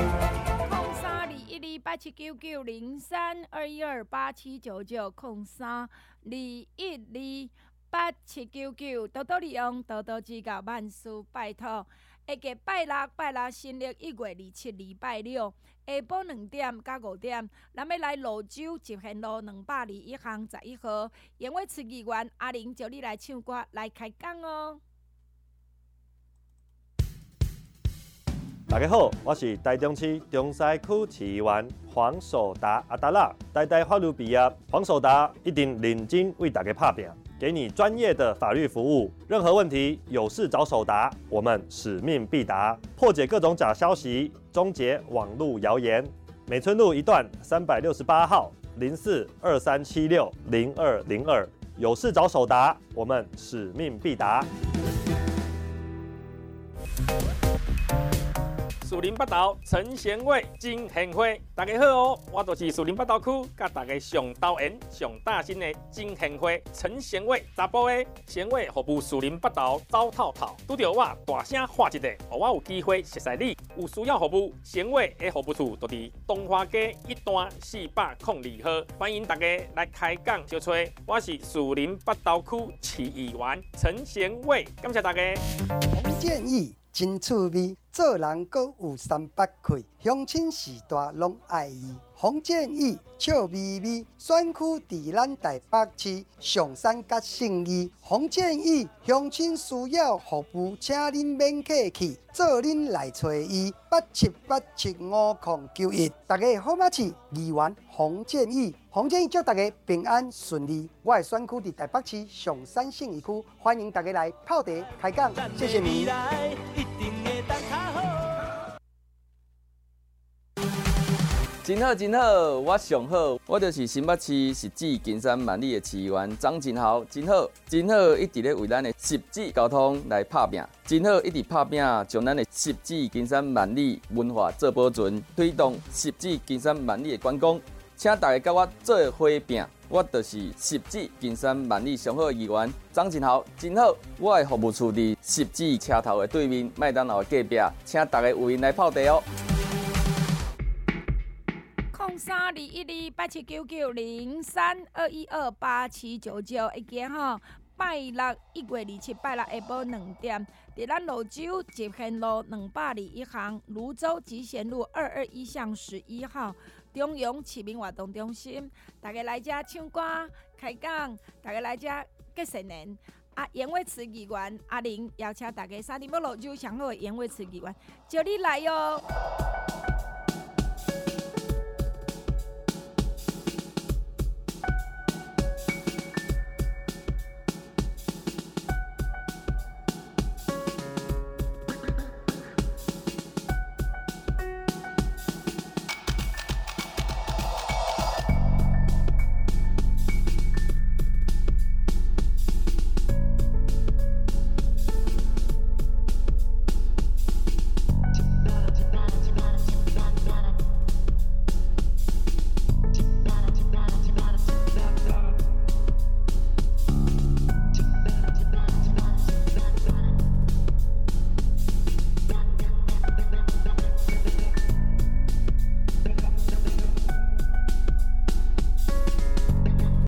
032128799032128799，多多利用，多多指教，万事拜托。下个拜六新历1月27礼拜六下晡2点到5点，咱要来蘆洲集贤路221巷11号，演委市议员阿玲叫你来唱歌来开讲哦。 大家好，我是台中市中西区市议员黄守达阿达拉，台大法律毕业，黄守达一定认真为大家拍拼，给你专业的法律服务。任何问题有事找守达，我们使命必达，破解各种假消息，终结网络谣言。美村路1段368号0423760202，有事找守达，我们使命必达。 树林北投陈贤伟真贤惠，大家好哦！我就是树林北投区，甲大家上投缘、上大心的真贤惠陈贤伟查甫的贤伟服务树林北投走透透，拄着我大声喊一个，让我有机会熟悉你。有需要服务，贤伟的服务处就伫东华街1段402号，欢迎大家来开讲小吹。我是树林北投区市议员陈贤伟，感谢大家。 洪建义真趣味，做人阁有300块，乡亲时代拢爱伊。洪建义笑眯眯，选区伫咱台北市上山甲信义。洪建义乡亲需要服务，请恁免客气，做恁来找伊87875091。大家好，我是议员洪建义。洪建义祝大家平安顺利。我的选区伫台北市上山信义区，欢迎大家来泡茶开讲，谢谢你。 真好真好，我上好，我就是新北市汐止金山万里的市议员张真豪，真好真好，一直咧为咱的汐止交通来拍拼，真好一直拍拼，将咱的汐止金山万里文化做保存，推动汐止金山万里的观光，请大家甲我做伙拼。我就是汐止金山万里上好议员张真豪，真好。我的服务处伫汐止车头的对面，麦当劳的隔壁，请大家有闲来泡茶哦。 032128799032128799，会记吼，拜六1月27，拜六下晡2点，伫咱蘆洲集贤路221巷，泸州集贤路221巷11号，中央市民活动中心，大家来遮唱歌、开讲，大家来遮结新年。演委市议员阿玲邀请大家3点要蘆洲上好的演委市议员，叫你来哟。